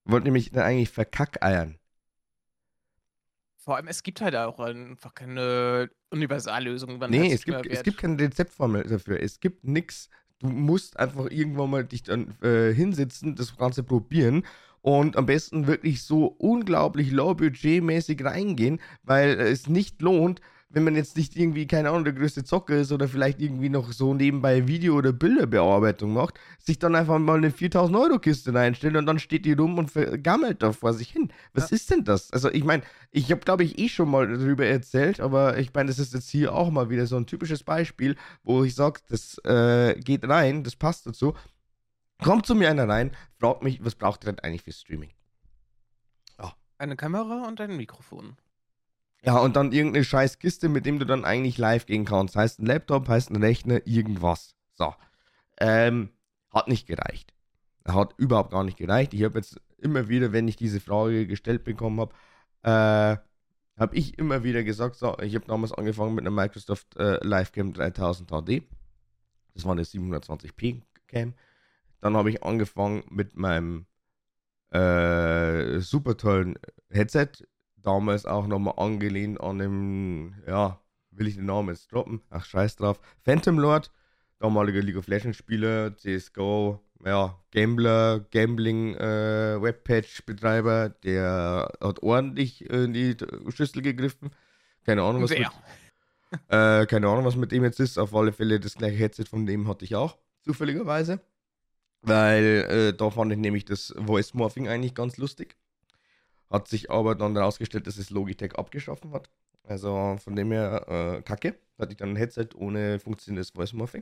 Wollte nämlich dann eigentlich verkackeiern. Vor allem, es gibt halt auch einfach keine Universallösung, wann halt Nee, es Streamer gibt, es wird. gibt keine Rezeptformel dafür. Es gibt nichts. Du musst einfach irgendwann mal dich dann äh, hinsetzen, das Ganze probieren und am besten wirklich so unglaublich low-budgetmäßig reingehen, weil es nicht lohnt, wenn man jetzt nicht irgendwie, keine Ahnung, der größte Zocker ist oder vielleicht irgendwie noch so nebenbei Video- oder Bilderbearbeitung macht, sich dann einfach mal eine viertausend-Euro-Kiste reinstellen und dann steht die rum und vergammelt da vor sich hin. Was Ja. ist denn das? Also ich meine, ich habe, glaube ich, eh schon mal darüber erzählt, aber ich meine, das ist jetzt hier auch mal wieder so ein typisches Beispiel, wo ich sage, das äh, geht rein, das passt dazu. Kommt zu mir einer rein, fragt mich, was braucht ihr denn eigentlich für Streaming? Ja. Eine Kamera und ein Mikrofon. Ja, und dann irgendeine scheiß Kiste, mit dem du dann eigentlich live gehen kannst. Heißt ein Laptop, heißt ein Rechner, irgendwas. So. Ähm, hat nicht gereicht. Hat überhaupt gar nicht gereicht. Ich habe jetzt immer wieder, wenn ich diese Frage gestellt bekommen habe, äh, habe ich immer wieder gesagt, so, ich habe damals angefangen mit einer Microsoft äh, Livecam dreitausend H D. Das war eine siebenhundertzwanzig p Cam. Dann habe ich angefangen mit meinem äh, super tollen Headset. Damals auch nochmal angelehnt an dem, ja, will ich den Namen jetzt droppen? Ach, scheiß drauf. Phantom Lord, damaliger League of Legends Spieler, C S G O, ja, Gambler, Gambling, äh, Webpage-Betreiber, der hat ordentlich in die Schüssel gegriffen. Keine Ahnung, was Wer? mit, äh, keine Ahnung, was mit dem jetzt ist. Auf alle Fälle das gleiche Headset von dem hatte ich auch, zufälligerweise. Weil äh, da fand ich nämlich das Voice Morphing eigentlich ganz lustig. Hat sich aber dann herausgestellt, dass es Logitech abgeschaffen hat. Also von dem her, äh, kacke. Hatte ich dann ein Headset ohne funktionierendes Voice Morphing.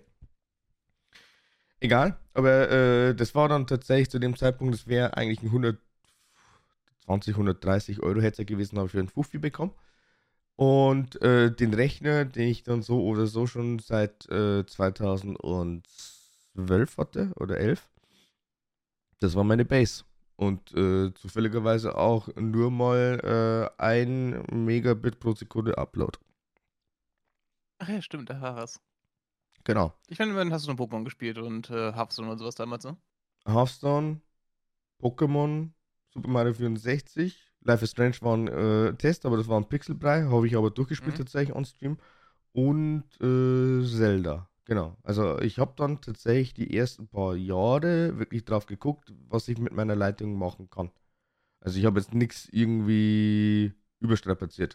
Egal, aber äh, das war dann tatsächlich zu dem Zeitpunkt, das wäre eigentlich ein hundertzwanzig, hundertdreißig Euro Headset gewesen, habe ich für einen Fuffi bekommen. Und äh, den Rechner, den ich dann so oder so schon seit äh, zweitausendzwölf hatte oder elf, das war meine Base. Und äh, zufälligerweise auch nur mal äh, ein Megabit pro Sekunde Upload. Ach ja, stimmt, da war was. Genau. Ich meine, immerhin hast du noch Pokémon gespielt und äh, Hearthstone und sowas damals, ne? Hearthstone, Pokémon, Super Mario vierundsechzig, Life is Strange war ein äh, Test, aber das war ein Pixelbrei, habe ich aber durchgespielt Mhm. tatsächlich on Stream. Und äh, Zelda, genau. Also ich habe dann tatsächlich die ersten paar Jahre wirklich drauf geguckt, was ich mit meiner Leitung machen kann. Also ich habe jetzt nichts irgendwie überstrapaziert.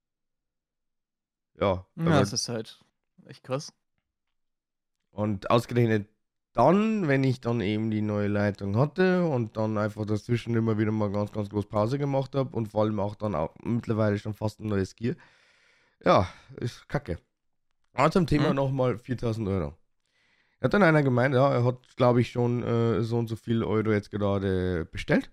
Ja, Ja, aber es ist halt echt krass. und ausgerechnet dann, wenn ich dann eben die neue Leitung hatte und dann einfach dazwischen immer wieder mal ganz, ganz groß Pause gemacht habe und vor allem auch dann auch mittlerweile schon fast ein neues Gear. Ja, ist kacke. Aber zum Thema Mhm. nochmal viertausend Euro. Hat dann einer gemeint, ja, er hat, glaube ich, schon äh, so und so viel Euro jetzt gerade bestellt.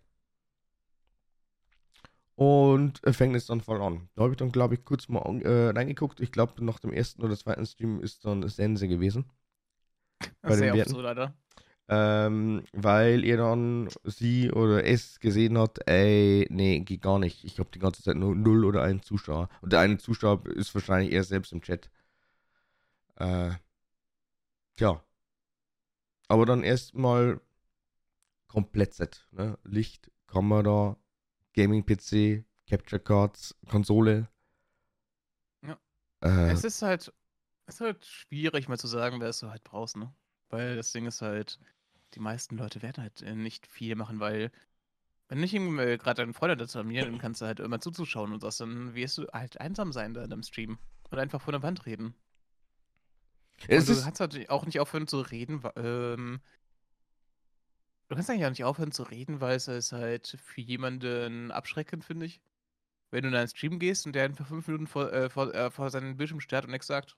Und er fängt jetzt dann voll an. Da habe ich dann, glaube ich, kurz mal an, äh, reingeguckt. Ich glaube, nach dem ersten oder zweiten Stream ist dann Sense gewesen. Bei den Sehr oft Werten. so, leider. Ähm, weil er dann sie oder es gesehen hat, ey, nee, geht gar nicht. Ich habe die ganze Zeit nur null oder einen Zuschauer. Und der eine Zuschauer ist wahrscheinlich er selbst im Chat. Äh, tja. Aber dann erstmal komplett Set. Ne? Licht, Kamera, Gaming-P C, Capture Cards, Konsole. Ja. Äh, Es ist halt, es ist halt schwierig mal zu sagen, wer du halt brauchst, ne? Weil das Ding ist halt, die meisten Leute werden halt äh, nicht viel machen, weil wenn nicht irgendwie gerade deine Freunde dazu haben, dann kannst du halt immer zuzuschauen und was, dann wirst du halt einsam sein da in deinem Stream. Und einfach vor der Wand reden. Und es du ist, kannst halt auch nicht aufhören zu reden, wa- ähm, du kannst eigentlich auch nicht aufhören zu reden, weil es ist halt für jemanden abschreckend, finde ich. Wenn du in einen Stream gehst und der einfach fünf Minuten vor, äh, vor, äh, vor seinem Bildschirm starrt und nichts sagt.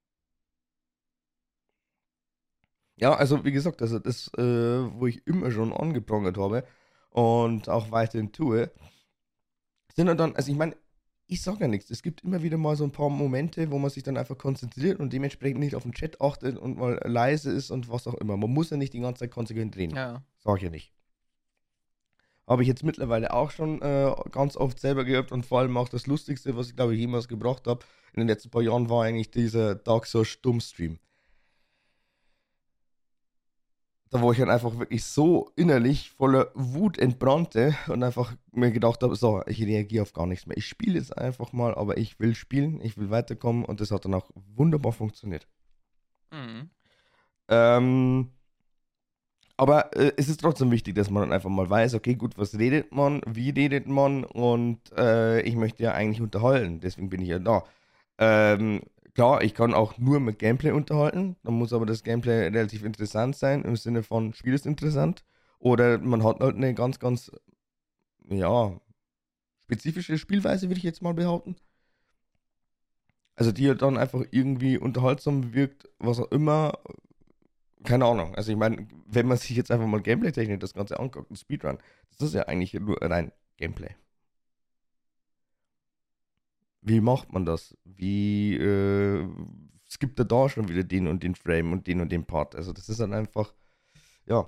ja, also wie gesagt, also das, äh, wo ich immer schon angeprangert habe und auch weiterhin tue, sind dann, dann- also ich meine, ich sage ja nichts. Es gibt immer wieder mal so ein paar Momente, wo man sich dann einfach konzentriert und dementsprechend nicht auf den Chat achtet und mal leise ist und was auch immer. Man muss ja nicht die ganze Zeit konsequent reden. Ja. Sag ich ja nicht. Habe ich jetzt mittlerweile auch schon äh, ganz oft selber gehabt und vor allem auch das Lustigste, was ich glaube ich jemals gebracht habe in den letzten paar Jahren, war eigentlich dieser Dark Souls Stummstream. da wo ich dann einfach wirklich so innerlich voller Wut entbrannte und einfach mir gedacht habe, so, ich reagiere auf gar nichts mehr. Ich spiele jetzt einfach mal, aber ich will spielen, ich will weiterkommen und das hat dann auch wunderbar funktioniert. Mhm. Ähm, aber äh, es ist trotzdem wichtig, dass man dann einfach mal weiß, okay, gut, was redet man, wie redet man und äh, ich möchte ja eigentlich unterhalten, deswegen bin ich ja da. Ähm, klar, ich kann auch nur mit Gameplay unterhalten, dann muss aber das Gameplay relativ interessant sein, im Sinne von, Spiel ist interessant. Oder man hat halt eine ganz, ganz, ja, spezifische Spielweise, würde ich jetzt mal behaupten. Also die halt dann einfach irgendwie unterhaltsam wirkt, was auch immer. Keine Ahnung. Also ich meine, wenn man sich jetzt einfach mal Gameplay-technisch das Ganze anguckt, ein Speedrun, das ist ja eigentlich nur rein Gameplay. Wie macht man das? Wie äh, skippt er da schon wieder den und den Frame und den und den Part? Also das ist dann einfach, ja.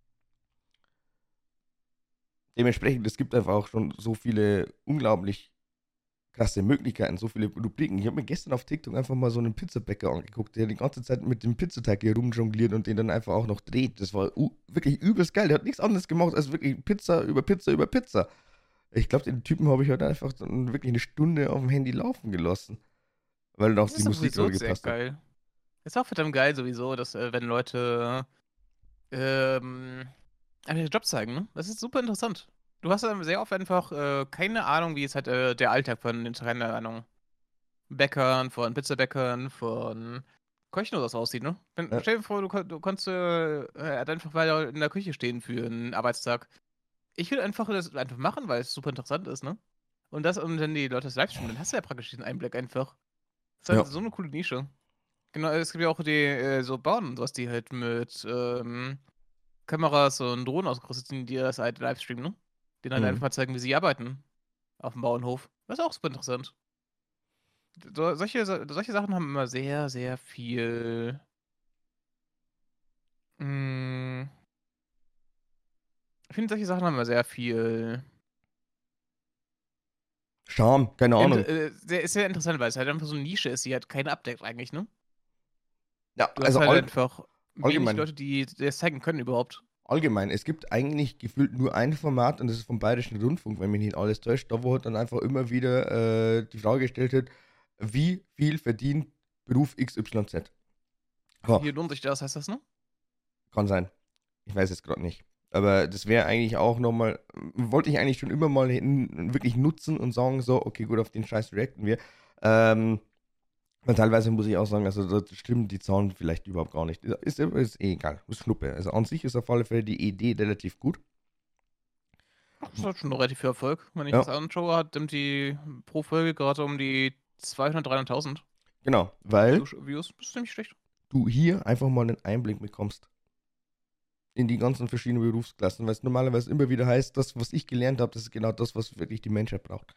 Dementsprechend, es gibt einfach auch schon so viele unglaublich krasse Möglichkeiten, so viele Rubriken. Ich habe mir gestern auf TikTok einfach mal so einen Pizzabäcker angeguckt, der die ganze Zeit mit dem Pizzateig hier rumjongliert und den dann einfach auch noch dreht. Das war u- wirklich übelst geil. Der hat nichts anderes gemacht als wirklich Pizza über Pizza über Pizza. Ich glaube, den Typen habe ich heute einfach dann wirklich eine Stunde auf dem Handy laufen gelassen, weil dann auch Das die ist doch Musik sowieso gerade sehr gepasst hat. geil. Ist auch verdammt geil sowieso, dass äh, wenn Leute ähm, einfach ihre Jobs zeigen, ne? Das ist super interessant. Du hast dann sehr oft einfach äh, keine Ahnung, wie es halt äh, der Alltag von den, keine Ahnung, Bäckern, von Pizzabäckern, von Köchen oder so aussieht, ne? Wenn, Ja, stell dir vor, du, kon- du konntest äh, halt einfach weiter in der Küche stehen für einen Arbeitstag. Ich will einfach das einfach machen, weil es super interessant ist, ne? Und das, und wenn die Leute das live streamen, dann hast du ja praktisch diesen Einblick einfach. Das ist ja, halt so eine coole Nische. Genau, es gibt ja auch die, äh, so Bauern und sowas, die halt mit ähm, Kameras und Drohnen ausgerüstet sind, die das halt live streamen, ne? Denen halt einfach mhm. mal zeigen, wie sie arbeiten auf dem Bauernhof. Das ist auch super interessant. So, solche, so- solche Sachen haben immer sehr, sehr viel. Mh, ich finde, solche Sachen haben immer sehr viel. Charme, keine Int Ahnung. äh, sehr, ist sehr interessant, weil es halt einfach so eine Nische ist, die halt keiner abdeckt eigentlich, ne? Ja, Du hast also halt all, einfach wenig allgemein. Leute, die die das zeigen können überhaupt. Allgemein, es gibt eigentlich gefühlt nur ein Format und das ist vom Bayerischen Rundfunk, wenn mich nicht alles täuscht, da wo halt dann einfach immer wieder äh, die Frage gestellt wird, wie viel verdient Beruf X Y Z? Ha, Hier lohnt sich das, heißt das, ne? kann sein. Ich weiß es gerade nicht. Aber das wäre eigentlich auch nochmal, wollte ich eigentlich schon immer mal hin, wirklich nutzen und sagen, so, okay, gut, auf den Scheiß reacten wir. Ähm, weil teilweise muss ich auch sagen, also da stimmen die Zahlen vielleicht überhaupt gar nicht. Ist, ist eh egal, ist Schnuppe. Also an sich ist auf alle Fälle die Idee relativ gut. Ach, das hat schon relativ viel Erfolg. Wenn ich das Ja, anschaue, hat nimmt die pro Folge gerade um die zweihundert, dreihunderttausend genau, weil Views. Views. Das ist ziemlich schlecht. du hier einfach mal einen Einblick bekommst in die ganzen verschiedenen Berufsklassen, weil es normalerweise immer wieder heißt, das, was ich gelernt habe, das ist genau das, was wirklich die Menschheit braucht.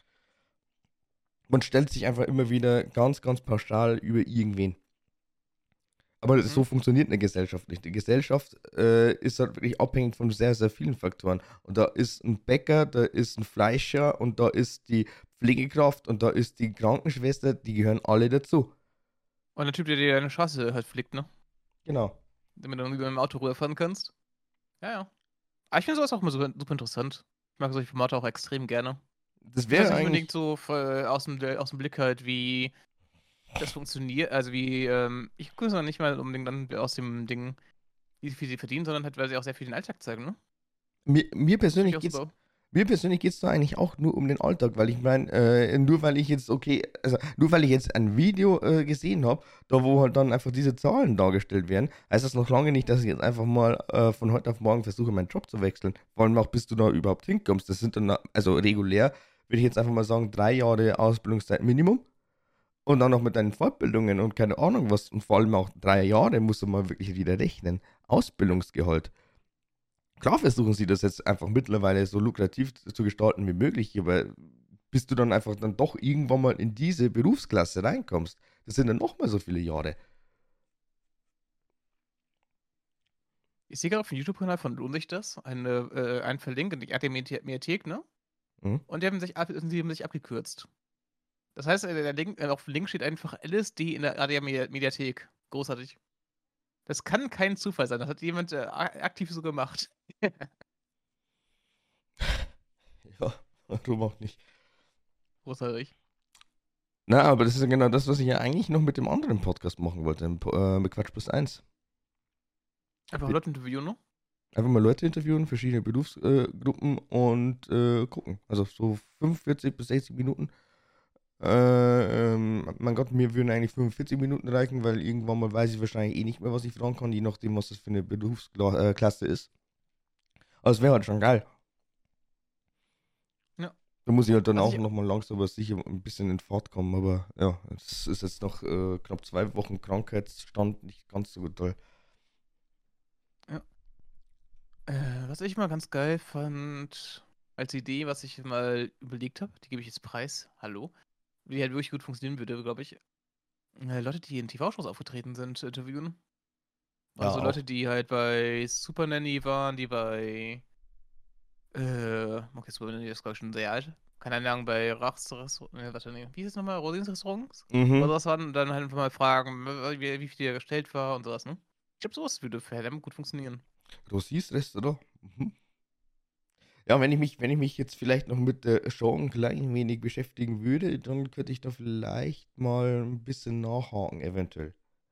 Man stellt sich einfach immer wieder ganz, ganz pauschal über irgendwen. Aber so Mhm. funktioniert eine Gesellschaft nicht. Die Gesellschaft äh, ist halt wirklich abhängig von sehr, sehr vielen Faktoren. Und da ist ein Bäcker, da ist ein Fleischer und da ist die Pflegekraft und da ist die Krankenschwester, die gehören alle dazu. Und der Typ, der dir deine Straße halt flickt, ne? Genau. Damit du dann über dem Auto rüberfahren kannst. Ja, ja. Aber ich finde sowas auch immer super, super interessant. Ich mag solche Formate auch extrem gerne. Das Muss jetzt wäre nicht unbedingt eigentlich, so äh, aus dem, aus dem Blick halt, wie das funktioniert, also wie, ähm, ich gucke es noch nicht mal unbedingt dann aus dem Ding, wie viel sie verdienen, sondern halt, weil sie auch sehr viel den Alltag zeigen, ne? mir, mir Das finde ich persönlich auch geht's super. Mir persönlich geht es da eigentlich auch nur um den Alltag, weil ich meine, äh, nur weil ich jetzt, okay, also nur weil ich jetzt ein Video äh, gesehen habe, da wo halt dann einfach diese Zahlen dargestellt werden, heißt das noch lange nicht, dass ich jetzt einfach mal äh, von heute auf morgen versuche, meinen Job zu wechseln. Vor allem auch, bis du da überhaupt hinkommst. Das sind dann, also regulär, würde ich jetzt einfach mal sagen, drei Jahre Ausbildungszeit Minimum. Und dann noch mit deinen Fortbildungen und keine Ahnung was. Und vor allem auch drei Jahre musst du mal wirklich wieder rechnen. Ausbildungsgehalt. Klar versuchen sie das jetzt einfach mittlerweile so lukrativ zu gestalten wie möglich, aber bis du dann einfach dann doch irgendwann mal in diese Berufsklasse reinkommst, das sind dann noch mal so viele Jahre. Ich sehe gerade auf dem YouTube-Kanal von Lohnt sich das, eine, äh, einen Verlink in die R T Mediathek, ne? Mhm. Und die haben sich, ab, die haben sich abgekürzt. Das heißt, äh, der Link, äh, auf dem Link steht einfach L S D in der A D A Mediathek. Großartig. Das kann kein Zufall sein. Das hat jemand, äh, a aktiv so gemacht. Ja, warum auch nicht? Großartig. Na, aber das ist ja genau das, was ich ja eigentlich noch mit dem anderen Podcast machen wollte, im Po äh, mit Quatsch plus eins. Einfach Mit Leute interviewen, ne? einfach mal Leute interviewen, verschiedene Berufsgruppen äh, Gruppen und, äh, gucken. Also, so fünfundvierzig bis sechzig Minuten. Äh, ähm, mein Gott, mir würden eigentlich fünfundvierzig Minuten reichen, weil irgendwann mal weiß ich wahrscheinlich eh nicht mehr, was ich fragen kann, je nachdem, was das für eine Berufsklasse äh, Klasse ist. Aber es wäre halt schon geil. Ja. Da muss ich halt dann Was auch ich nochmal langsam aber sicher ein bisschen in Fahrt kommen, aber ja, es ist jetzt noch äh, knapp zwei Wochen Krankheitsstand, nicht ganz so toll. ja. Äh, was ich mal ganz geil fand als Idee, was ich mal überlegt habe, die gebe ich jetzt preis, hallo, die halt wirklich gut funktionieren würde, glaube ich. Äh, Leute, die in T V-Shows aufgetreten sind, zu interviewen. Ja, Also Leute, auch. die halt bei Super Nanny waren, die bei Äh, okay, Super Nanny ist, glaube ich, schon sehr alt. Keine Ahnung, bei Rachs Restaurant, äh, warte, nee, wie hieß es nochmal? Rosins Restaurants? Oder Mhm. sowas waren und dann halt einfach mal fragen, wie, wie viel der gestellt war und sowas, ne? Ich glaube, sowas würde verdammt gut funktionieren. Rosis Restaurant. Mhm. Ja, wenn ich mich, wenn ich mich jetzt vielleicht noch mit der Show ein klein wenig beschäftigen würde, dann könnte ich da vielleicht mal ein bisschen nachhaken, eventuell.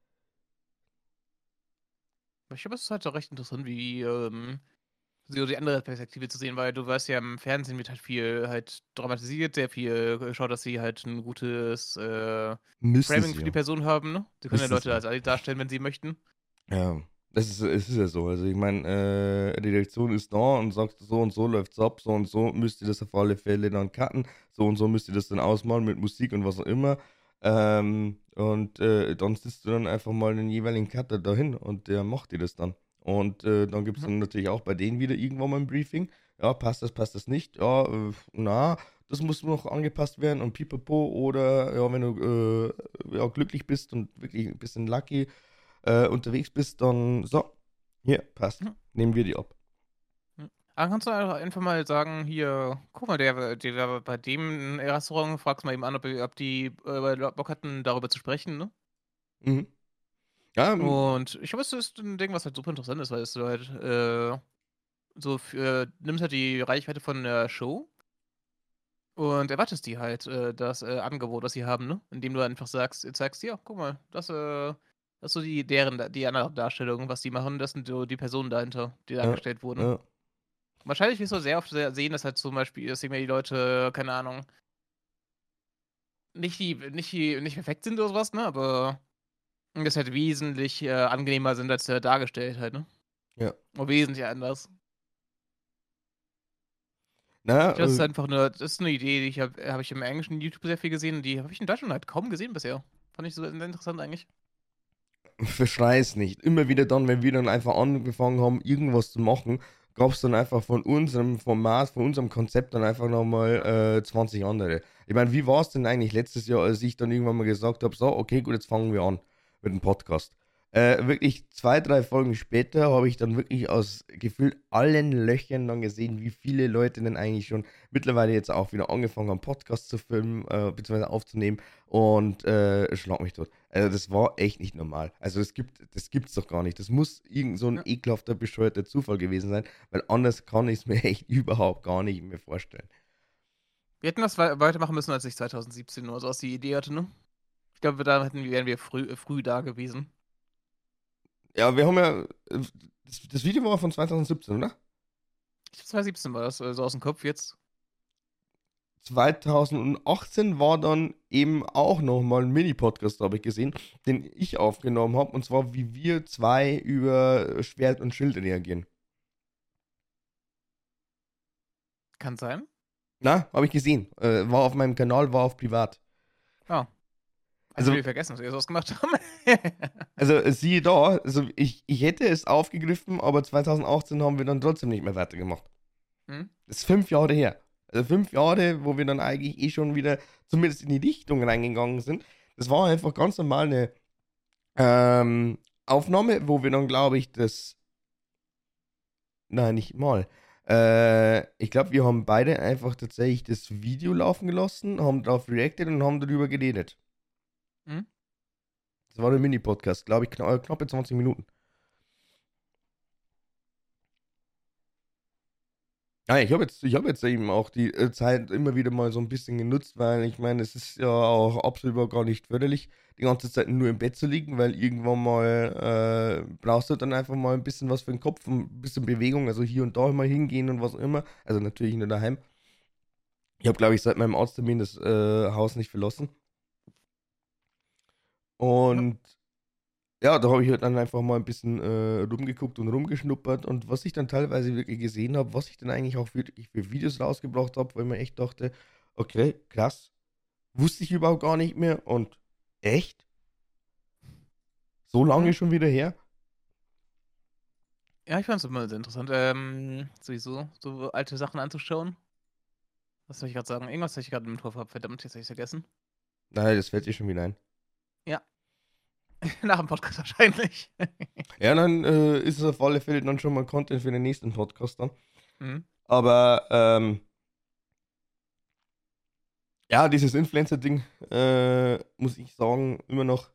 Aber ich glaube, es ist halt auch recht interessant, wie, ähm, so die andere Perspektive zu sehen, weil du weißt ja, im Fernsehen wird halt viel halt dramatisiert, sehr viel geschaut, dass sie halt ein gutes äh, Müssen Framing sie für die ja. Person haben, ne? Sie können ja Müssen Leute sie ja. als Ali darstellen, wenn sie möchten. Ja, das ist, es ist ja so. Also ich meine, äh, die Redaktion ist da und sagt, so und so läuft's ab, so und so müsst ihr das auf alle Fälle dann cutten, so und so müsst ihr das dann ausmalen mit Musik und was auch immer. Ähm, und äh, dann sitzt du dann einfach mal den jeweiligen Cutter dahin und der macht dir das dann. Und äh, dann gibt es Mhm. dann natürlich auch bei denen wieder irgendwann mal ein Briefing. Ja, passt das, passt das nicht? Ja, äh, na, das muss noch angepasst werden und pipapo. Oder ja, wenn du äh, ja, glücklich bist und wirklich ein bisschen lucky äh, unterwegs bist, dann so, hier, passt. Mhm. Nehmen wir die ab. Mhm. Aber kannst du einfach einfach mal sagen, hier, guck mal, der, der war bei dem Restaurant, fragst mal eben an, ob, ob die äh, Bock hatten, darüber zu sprechen, ne? Mhm. Ja, ähm, Und ich glaube, es ist ein Ding, was halt super interessant ist, weil es so halt äh, so für, nimmst halt die Reichweite von der Show und erwartest die halt, äh, das äh, Angebot, das sie haben, ne? Indem du einfach sagst, jetzt sagst, ja, guck mal, das, äh, das ist so die deren, die andere Darstellung, was die machen, das sind so die Personen dahinter, die ja, dargestellt wurden. ja. Wahrscheinlich wirst du sehr oft se sehen, dass halt zum Beispiel, dass irgendwie die Leute, keine Ahnung, nicht die nicht die nicht perfekt sind oder so was, ne, aber das halt wesentlich, äh, angenehmer sind als, äh, dargestellt halt, ne? Ja. Oder wesentlich anders. Na, Das ist äh, einfach 'ne das ist 'ne Idee, die ich habe habe ich im englischen YouTube sehr viel gesehen und die habe ich in Deutschland halt kaum gesehen bisher. Fand ich so sehr interessant eigentlich. verschrei's nicht. Immer wieder dann, wenn wir dann einfach angefangen haben, irgendwas zu machen, gab es dann einfach von unserem Format, von unserem Konzept dann einfach nochmal äh, zwanzig andere. Ich meine, wie war es denn eigentlich letztes Jahr, als ich dann irgendwann mal gesagt habe, so, okay, gut, jetzt fangen wir an mit dem Podcast. Äh, wirklich zwei, drei Folgen später habe ich dann wirklich aus gefühlt allen Löchern dann gesehen, wie viele Leute denn eigentlich schon mittlerweile jetzt auch wieder angefangen haben, Podcasts zu filmen, äh, beziehungsweise aufzunehmen und äh, schlag mich tot. Also das war echt nicht normal. Also das gibt, das gibt's doch gar nicht. Das muss irgend so ein Ja. ekelhafter, bescheuerter Zufall gewesen sein, weil anders kann ich es mir echt überhaupt gar nicht mehr vorstellen. Wir hätten das wei weitermachen müssen, als ich zwanzig siebzehn oder so was die Idee hatte, ne? Ich glaube, da hätten wären wir früh äh, früh da gewesen. Ja, wir haben ja, äh, das, das Video war von zwanzig siebzehn, oder? Ich glaube, zwanzig siebzehn war das, äh, so aus'm Kopf jetzt. zwanzig achtzehn war dann eben auch nochmal ein Mini-Podcast, habe ich gesehen, den ich aufgenommen habe, und zwar wie wir zwei über Schwert und Schild reagieren. Kann sein. Na, habe ich gesehen. Äh, war auf meinem Kanal, war auf privat. Ah, habe ich Also wieder vergessen, dass wir so was gemacht haben. Also äh, siehe da, also ich, ich hätte es aufgegriffen, aber zwanzig achtzehn haben wir dann trotzdem nicht mehr weitergemacht. Mhm. Das ist fünf Jahre her. Also fünf Jahre, wo wir dann eigentlich eh schon wieder zumindest in die Richtung reingegangen sind. Das war einfach ganz normal eine ähm, Aufnahme, wo wir dann, glaube ich, das. Nein, nicht mal. Äh, ich glaube, wir haben beide einfach tatsächlich das Video laufen gelassen, haben darauf reacted und haben darüber geredet. Mhm. Das war der Mini-Podcast, glaube ich, kna knappe zwanzig Minuten. Ja, ich habe jetzt, ich habe jetzt eben auch die äh, Zeit immer wieder mal so ein bisschen genutzt, weil ich meine, es ist ja auch absolut gar nicht förderlich, die ganze Zeit nur im Bett zu liegen, weil irgendwann mal äh, brauchst du dann einfach mal ein bisschen was für den Kopf, ein bisschen Bewegung, also hier und da mal hingehen und was auch immer. Also natürlich nur daheim. Ich habe, glaube ich, seit meinem Arzttermin das äh, Haus nicht verlassen. Ja. Und ja, da habe ich halt dann einfach mal ein bisschen äh, rumgeguckt und rumgeschnuppert und was ich dann teilweise wirklich gesehen habe, was ich dann eigentlich auch wirklich für Videos rausgebracht habe, weil ich mir echt dachte, okay, krass, wusste ich überhaupt gar nicht mehr und echt? So lange Hm? schon wieder her? Ja, ich fand es immer sehr interessant, ähm, sowieso, so alte Sachen anzuschauen. Was soll ich gerade sagen? Irgendwas, was ich gerade im Kopf habe. Verdammt, jetzt habe ich vergessen. Nein, das fällt dir schon wieder ein. Ja, nach dem Podcast wahrscheinlich. Ja, dann äh, ist es auf alle Fälle dann schon mal Content für den nächsten Podcast dann. Mhm. Aber ähm, ja, dieses Influencer-Ding, äh, muss ich sagen, immer noch.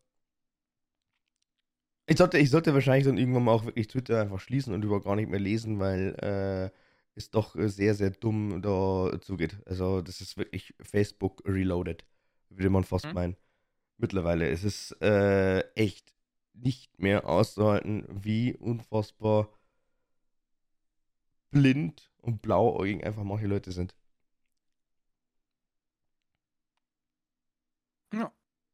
Ich sollte, ich sollte wahrscheinlich dann irgendwann mal auch wirklich Twitter einfach schließen und über gar nicht mehr lesen, weil äh, es doch äh, sehr, sehr dumm da zugeht. Also, das ist wirklich Facebook reloaded, würde man fast Mhm. meinen. Mittlerweile ist es äh, echt nicht mehr auszuhalten, wie unfassbar blind und blauäugig einfach manche Leute sind. Ja.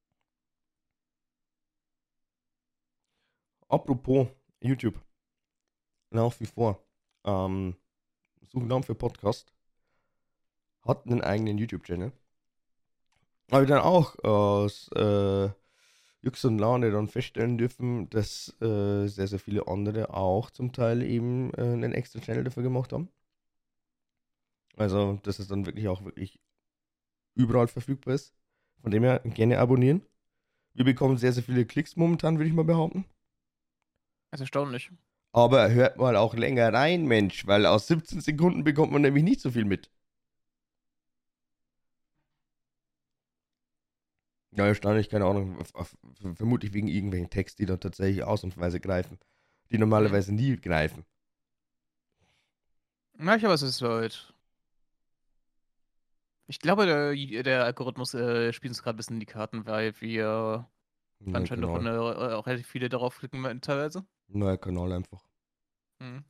Apropos YouTube, nach wie vor. Ähm, Suchen für Podcast, hat einen eigenen YouTube-Channel. Habe ich dann auch aus äh, Jux und Laune dann feststellen dürfen, dass äh, sehr, sehr viele andere auch zum Teil eben äh, einen extra Channel dafür gemacht haben. Also, dass es dann wirklich auch wirklich überall verfügbar ist. Von dem her gerne abonnieren. Wir bekommen sehr, sehr viele Klicks momentan, würde ich mal behaupten. Das ist erstaunlich. Aber hört mal auch länger rein, Mensch, weil aus siebzehn Sekunden bekommt man nämlich nicht so viel mit. Ja, erstaunlich, keine Ahnung. f- f- Vermutlich wegen irgendwelchen Text, die dann tatsächlich ausnahmsweise greifen. Die Mhm. normalerweise nie greifen. Na, ich aber es ist halt. Ich glaube, der, der Algorithmus äh, spielt uns gerade ein bisschen in die Karten, weil wir Neuer anscheinend auch, Kanal. eine, äh, auch relativ viele darauf klicken werden, teilweise. Neuer Kanal einfach. Mhm.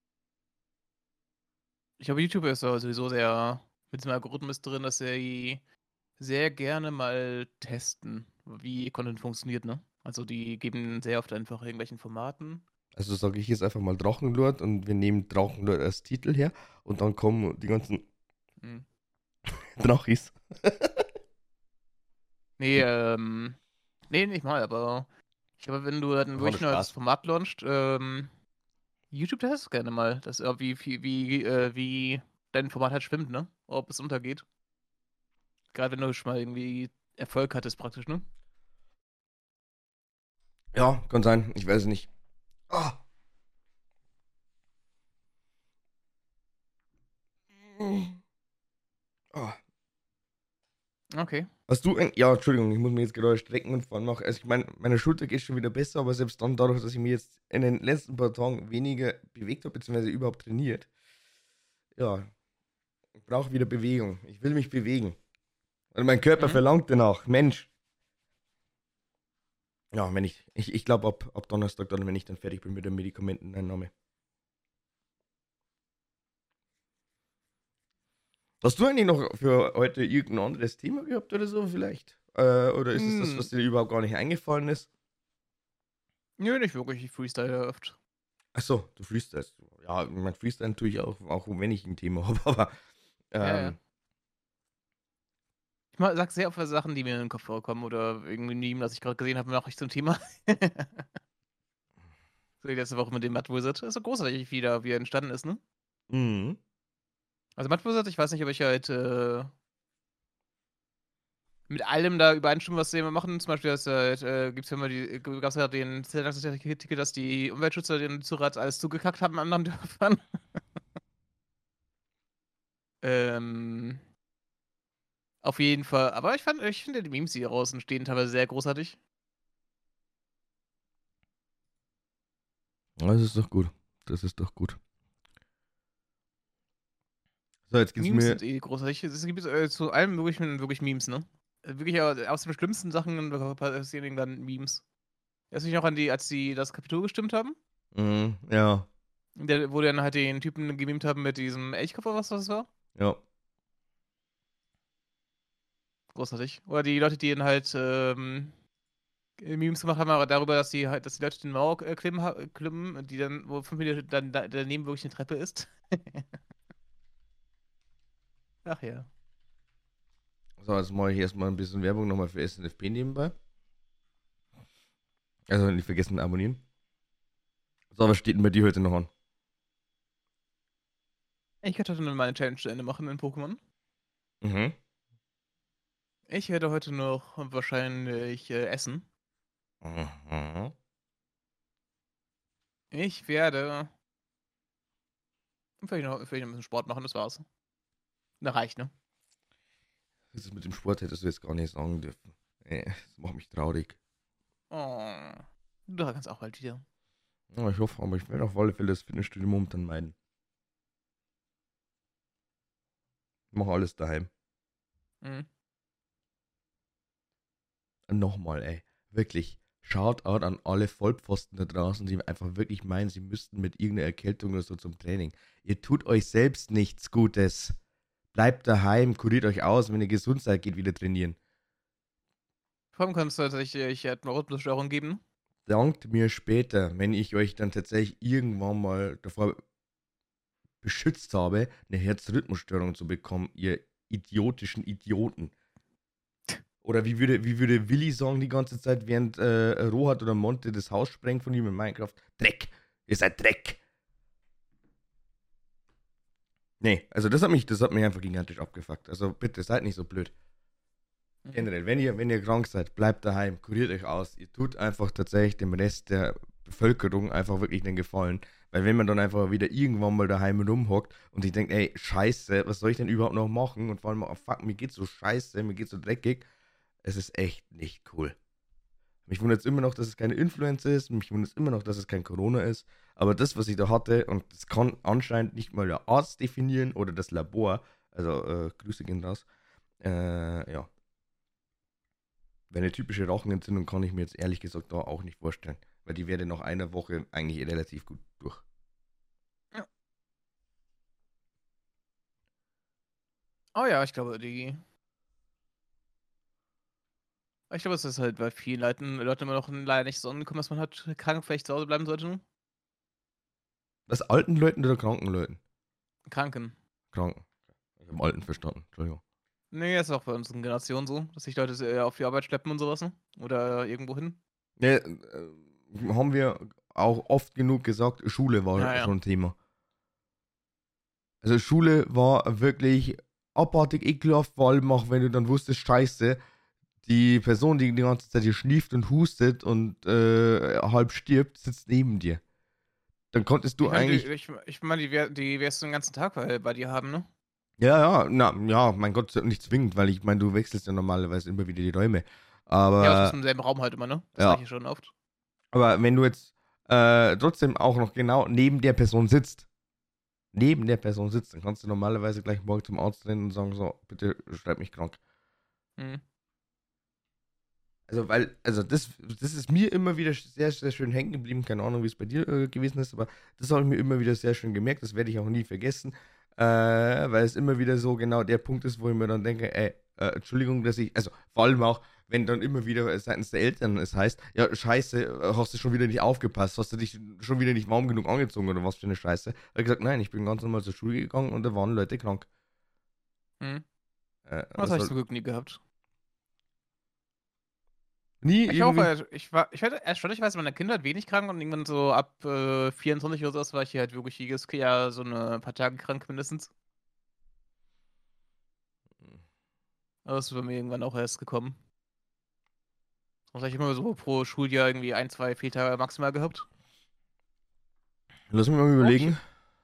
Ich glaube, YouTube ist ja sowieso sehr mit dem Algorithmus drin, dass sie sehr gerne mal testen, wie Content funktioniert, ne? Also die geben sehr oft einfach irgendwelchen Formaten. Also sage ich jetzt einfach mal Drachenlord und wir nehmen Drachenlord als Titel her und dann kommen die ganzen Mhm. Drachis. Nee, ähm, nee, nicht mal, aber ich glaube, wenn du dann War nur wirklich nur das Spaß. Format launchst, ähm, YouTube testet gerne mal, dass, äh, wie, wie, wie, äh, wie dein Format halt schwimmt, ne? Ob es untergeht. Gerade wenn du schon mal irgendwie Erfolg hattest, praktisch, ne? Ja, kann sein. Ich weiß es nicht. Ah. Ah. Okay. Hast du ein. Ja, Entschuldigung, ich muss mir jetzt gerade strecken und fahren machen. Also ich meine, meine Schulter geht schon wieder besser, aber selbst dann dadurch, dass ich mich jetzt in den letzten paar Tagen weniger bewegt habe, beziehungsweise überhaupt trainiert, ja, ich brauche wieder Bewegung. Ich will mich bewegen. Und mein Körper Mhm. verlangt danach. Mensch. Ja, wenn ich. Ich, ich glaube, ab, ab Donnerstag dann, wenn ich dann fertig bin mit der Medikamenteneinnahme. Hast du eigentlich noch für heute irgendein anderes Thema gehabt oder so vielleicht? Äh, oder ist es das, was Hm, dir überhaupt gar nicht eingefallen ist? nö, nicht wirklich. Ich freestyle ja oft. Achso, du freestylst. Ja, mein Freestyle tue ich auch, auch wenn ich ein Thema habe, aber Ja, ja. ähm, Ich ma- sag sehr oft Sachen, die mir in den Kopf vorkommen oder irgendwie ein Meme, das ich gerade gesehen habe, mache ich zum Thema. So wie letzte Woche mit dem Mud Wizard. Das ist so großartig, wie, da, wie er entstanden ist, ne? mhm. Also Mud Wizard, ich weiß nicht, ob ich halt äh, mit allem da übereinstimme, was sie immer machen. Zum Beispiel das, äh, gibt's ja immer die, gab's ja den Artikel, dass die Umweltschützer den Zurat alles zugekackt haben an anderen Dörfern. ähm, auf jeden Fall. Aber ich fand, ich finde die Memes, die daraus entstehen, teilweise sehr großartig. Das ist doch gut. Das ist doch gut. So, jetzt geht's Memes mir. sind eh großartig. Es gibt äh, zu allem möglichen wirklich Memes, ne? Äh, Wirklich äh, aus den schlimmsten Sachen äh, passieren irgendwann Memes. Erinnerst du dich noch an die, als die das Kapitol gestimmt haben? Mhm, ja, Der, wo die dann halt den Typen gemimt haben mit diesem Elchkopf oder was das war? ja. Großartig. Oder die Leute, die dann halt ähm, Memes gemacht haben, aber darüber, dass die halt, dass die Leute den Mauer äh, klimmen, ha- klimmen, die dann, wo fünf Meter dann da, daneben wirklich eine Treppe ist. Ach ja. So, jetzt mache ich erstmal ein bisschen Werbung nochmal für S N F P nebenbei. Also nicht vergessen abonnieren. So, was steht denn bei dir heute noch an? Ich werde heute noch meine Challenge zu Ende machen in Pokémon. Mhm. Ich werde heute noch wahrscheinlich äh, essen. Mhm. Ich werde vielleicht noch, vielleicht noch ein bisschen Sport machen, das war's. Na, reicht, ne? Das ist mit dem Sport hättest du jetzt gar nicht sagen dürfen. Äh, das macht mich traurig. Oh. Du kannst auch bald wieder. Ja, ich hoffe, aber ich werde auf alle Fälle das Fitnessstudio momentan meiden. Ich mache alles daheim. Mhm. Und nochmal, ey. Wirklich. Shoutout an alle Vollpfosten da draußen, die einfach wirklich meinen, sie müssten mit irgendeiner Erkältung oder so zum Training. Ihr tut euch selbst nichts Gutes. Bleibt daheim, kuriert euch aus, wenn ihr gesund seid, geht wieder trainieren. Vor allem kannst du tatsächlich ich hätte eine Rhythmusstörung geben. Dankt mir später, wenn ich euch dann tatsächlich irgendwann mal davor beschützt habe, eine Herzrhythmusstörung zu bekommen, ihr idiotischen Idioten. Oder wie würde, wie würde Willi sagen die ganze Zeit, während äh, Rohat oder Monte das Haus sprengt von ihm in Minecraft? Dreck! Ihr seid Dreck! Nee, also das hat mich, das hat mich einfach gigantisch abgefuckt. Also bitte, seid nicht so blöd. Mhm. Generell, wenn ihr, wenn ihr krank seid, bleibt daheim, kuriert euch aus. Ihr tut einfach tatsächlich dem Rest der Bevölkerung einfach wirklich den Gefallen. Weil wenn man dann einfach wieder irgendwann mal daheim rumhockt und sich denkt, ey, scheiße, was soll ich denn überhaupt noch machen? Und vor allem, oh fuck, mir geht's so scheiße, mir geht's so dreckig. Es ist echt nicht cool. Mich wundert es immer noch, dass es keine Influenza ist. Mich wundert es immer noch, dass es kein Corona ist. Aber das, was ich da hatte, und das kann anscheinend nicht mal der Arzt definieren oder das Labor, also äh, Grüße gehen raus, äh, ja. Weil eine typische Rauchenentzündung kann ich mir jetzt ehrlich gesagt da auch nicht vorstellen. Weil die werde nach einer Woche eigentlich relativ gut durch. Ja. Oh ja, ich glaube, die. Ich glaube, es ist halt bei vielen Leuten, Leuten immer noch leider nicht so angekommen, dass man halt krank vielleicht zu Hause bleiben sollte. Ne? Was, alten Leuten oder kranken Leuten? Kranken. Kranken. Ich habe alten verstanden, Entschuldigung. Nee, ist auch bei unseren Generationen so, dass sich Leute äh, auf die Arbeit schleppen und sowas, ne? Oder irgendwo hin. Ne, äh, haben wir auch oft genug gesagt, Schule war Ja, ja. schon ein Thema. Also Schule war wirklich abartig ekelhaft, vor allem auch wenn du dann wusstest, scheiße, die Person, die die ganze Zeit hier schnieft und hustet und äh, halb stirbt, sitzt neben dir. Dann konntest du Ich meine, die, eigentlich, ich, ich mein, die, wär- die wirst du den ganzen Tag bei, bei dir haben, ne? ja, ja, na, ja, mein Gott, nicht zwingend, weil ich meine, du wechselst ja normalerweise immer wieder die Räume. Ja, aber du bist Aber, im selben Raum halt immer, ne? Das sag ja, ich schon oft. aber wenn du jetzt äh, trotzdem auch noch genau neben der Person sitzt, neben der Person sitzt, dann kannst du normalerweise gleich morgen zum Arzt rennen und sagen, so, bitte schreib mich krank. Hm. Also, weil, also das, das ist mir immer wieder sehr, sehr schön hängen geblieben. Keine Ahnung, wie es bei dir äh, gewesen ist, aber das habe ich mir immer wieder sehr schön gemerkt. Das werde ich auch nie vergessen, äh, weil es immer wieder so genau der Punkt ist, wo ich mir dann denke, ey, äh, Entschuldigung, dass ich, also vor allem auch, wenn dann immer wieder seitens der Eltern es heißt, ja, scheiße, äh, hast du schon wieder nicht aufgepasst, hast du dich schon wieder nicht warm genug angezogen oder was für eine Scheiße. Da habe ich gesagt, nein, ich bin ganz normal zur Schule gegangen und da waren Leute krank. Hm. Äh, Das was habe ich soll, zum Glück nie gehabt. nie Ich war auch, irgendwie. äh, ich war, ich hatte erst schon, ich weiß, in meiner Kindheit wenig krank und irgendwann so ab äh, vierundzwanzig oder so war ich hier halt wirklich jedes Jahr so eine paar Tage krank mindestens. Aber das ist bei mir irgendwann auch erst gekommen. Das habe ich immer so pro Schuljahr irgendwie ein, zwei Väter maximal gehabt. Lass mich mal Oh, ich, überlegen.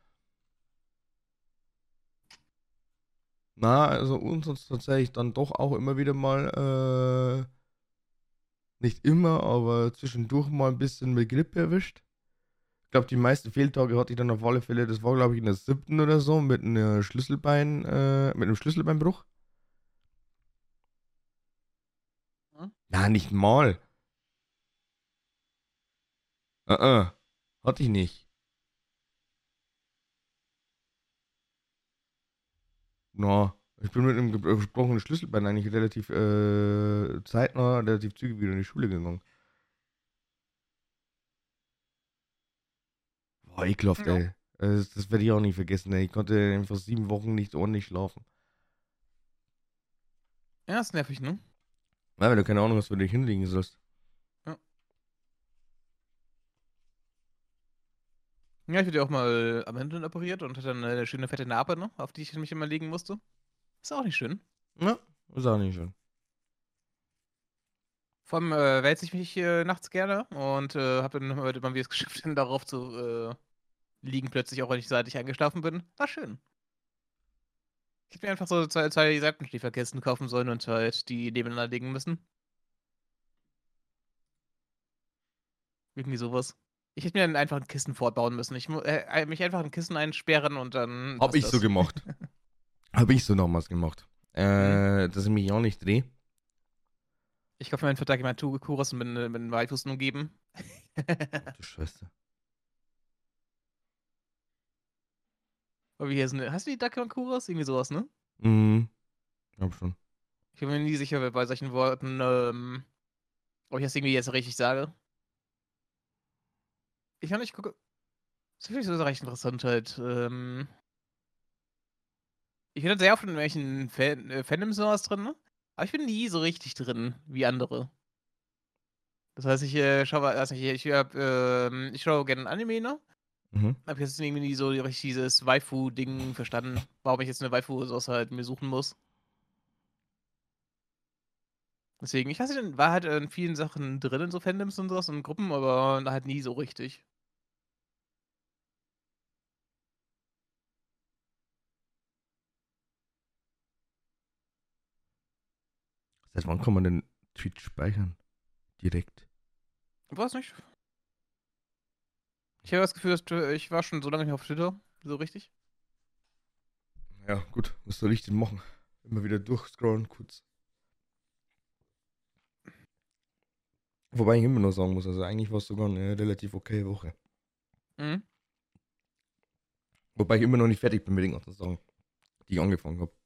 Na, also uns hat es tatsächlich dann doch auch immer wieder mal, äh, nicht immer, aber zwischendurch mal ein bisschen mit Grippe erwischt. Ich glaube, die meisten Fehltage hatte ich dann auf alle Fälle, das war, glaube ich, in der siebten oder so, mit einer Schlüsselbein, äh, mit einem Schlüsselbeinbruch. Hm? Ja, nicht mal. Äh, äh, hatte ich nicht. Na, ich bin mit einem gebro- gebrochenen Schlüsselbein eigentlich relativ äh, zeitnah, relativ zügig wieder in die Schule gegangen. Boah, ekelhaft, Ja. ey. Äh, Das, das werde ich auch nicht vergessen, ey. Ich konnte einfach sieben Wochen nicht ordentlich schlafen. Ja, ist nervig, ne? Ja, weil du keine Ahnung hast, wo du dich hinlegen sollst. Ja. Ja, ich wurde ja auch mal am Hintern operiert und hatte dann eine schöne fette Narbe, ne? Auf die ich mich immer legen musste. Ist auch nicht schön. Ja, ist auch nicht schön. Vor allem äh, wälze ich mich äh, nachts gerne und äh, habe dann heute mal wieder es geschafft, dann darauf zu äh, liegen, plötzlich, auch wenn ich seitlich eingeschlafen bin. War schön. Ich hätte mir einfach so zwei, zwei Seitenschläferkissen kaufen sollen und halt die nebeneinander legen müssen. Irgendwie sowas. Ich hätte mir dann einfach ein Kissen fortbauen müssen. Ich mu äh, mich einfach ein Kissen einsperren und dann Hab passt ich so das. gemacht. Hab ich so nochmals gemacht. Mhm. Äh, dass ich mich auch nicht drehe. Ich kaufe mir einen Vertrag immer Kuras und bin mit einem Waifus umgeben. Ach du Scheiße. Aber wie hier sind, hast du die Dakimakuras? Irgendwie sowas, ne? Mhm, glaub schon. Ich bin mir nie sicher bei solchen Worten, ähm, ob ich das irgendwie jetzt richtig sage. Ich kann nicht gucken. Das ist wirklich so recht interessant halt. Ähm, ich bin halt sehr oft in irgendwelchen Fan äh, Fandoms sowas drin, ne? Aber ich bin nie so richtig drin wie andere. Das heißt, ich äh, schaue, also ich, ich, hab, ähm, ich schaue gerne Anime, ne? Mhm. Hab jetzt irgendwie nie so richtig dieses Waifu-Ding verstanden, warum ich jetzt eine Waifu sowas halt mir suchen muss. Deswegen, ich weiß nicht, war halt in vielen Sachen drin in so Fandoms und sowas und Gruppen, aber halt nie so richtig. Seit wann kann man denn Tweets speichern? Direkt. Weiß nicht. Ich habe das Gefühl, dass Twi- ich war schon so lange nicht auf Twitter, so richtig. Ja, gut. Was soll ich denn machen? Immer wieder durchscrollen, kurz. Wobei ich immer noch sagen muss, also eigentlich war es sogar eine relativ okay Woche. Mhm. Wobei ich immer noch nicht fertig bin mit den ganzen Sachen, die ich angefangen habe.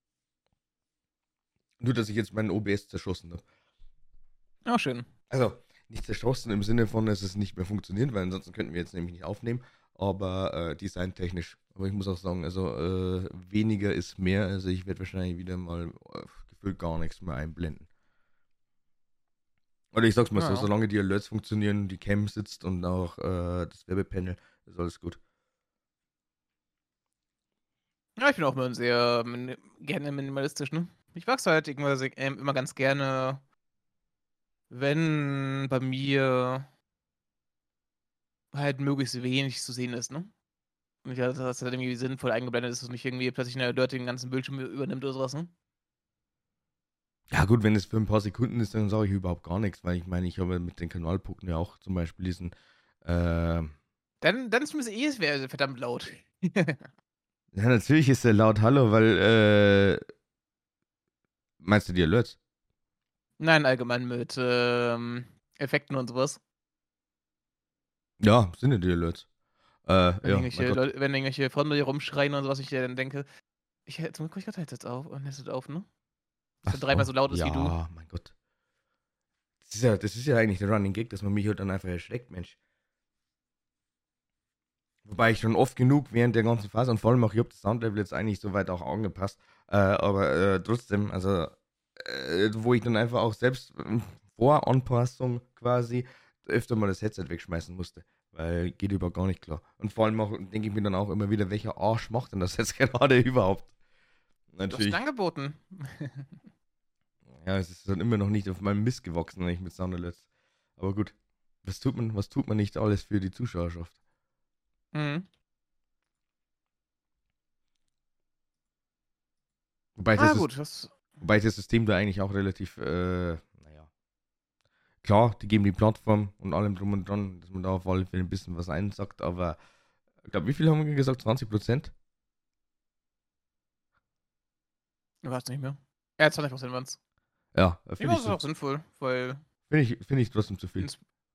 Nur, dass ich jetzt meinen O B S zerschossen habe. Ja, schön. Also, nicht zerschossen im Sinne von, dass es nicht mehr funktioniert, weil ansonsten könnten wir jetzt nämlich nicht aufnehmen, aber äh, designtechnisch. Aber ich muss auch sagen, also äh, weniger ist mehr. Also ich werde wahrscheinlich wieder mal äh, gefühlt gar nichts mehr einblenden. Oder ich sag's mal so, Naja. solange die Alerts funktionieren, die Cam sitzt und auch äh, das Werbepanel, ist alles gut. Ja, ich bin auch immer sehr min gerne minimalistisch, ne? Ich mag's halt irgendwann sehr, ähm, immer ganz gerne, wenn bei mir halt möglichst wenig zu sehen ist, ne? Und ja, dass das halt irgendwie sinnvoll eingeblendet ist und nicht irgendwie plötzlich eine Alert den ganzen Bildschirm übernimmt oder sowas, ne? Ja gut, wenn es für ein paar Sekunden ist, dann sage ich überhaupt gar nichts, weil ich meine, ich habe mit den Kanalpunkten ja auch zum Beispiel diesen, äh, Dann, dann ist mir eh es wäre verdammt laut. ja natürlich ist der laut Hallo, weil, äh, meinst du die Alerts? Nein, allgemein mit ähm, Effekten und sowas. Ja, sind ja die Alerts. Äh, Wenn ja, mein irgendwelche Gott. Leute, wenn irgendwelche Freunde hier rumschreien und sowas, ich dann denke, ich zum Glück ich gerade jetzt auf und Headset auf, ne? Dass Ach er dreimal so, so laut ist wie du. ja, mein Gott. Das ist ja, das ist ja eigentlich der Running Gag, dass man mich halt dann einfach erschreckt, Mensch. Wobei ich schon oft genug während der ganzen Phase und vor allem auch, ich habe das Soundlevel jetzt eigentlich soweit auch angepasst, äh, aber äh, trotzdem, also, äh, wo ich dann einfach auch selbst äh, vor Anpassung quasi öfter mal das Headset wegschmeißen musste, weil geht über gar nicht klar. Und vor allem auch, denke ich mir dann auch immer wieder, welcher Arsch macht denn das jetzt gerade überhaupt? Du hast ihn Natürlich, angeboten. ja, es ist dann immer noch nicht auf meinem Mist gewachsen, wenn ich mit Sound Alerts. Aber gut, was tut man, was tut man nicht alles für die Zuschauerschaft? Mhm. Wobei Ah, das ist gut, das. Wobei ich das System da eigentlich auch relativ, äh, naja, klar, die geben die Plattform und allem drum und dran, dass man da auf alle Fälle ein bisschen was einsackt, aber ich glaube, wie viel haben wir gesagt? zwanzig Prozent? Ich weiß nicht mehr. Ja, zwanzig Prozent waren es. Ja, Ja, finde das ich, ist so, auch sinnvoll, weil find ich, find ich trotzdem zu viel. ins,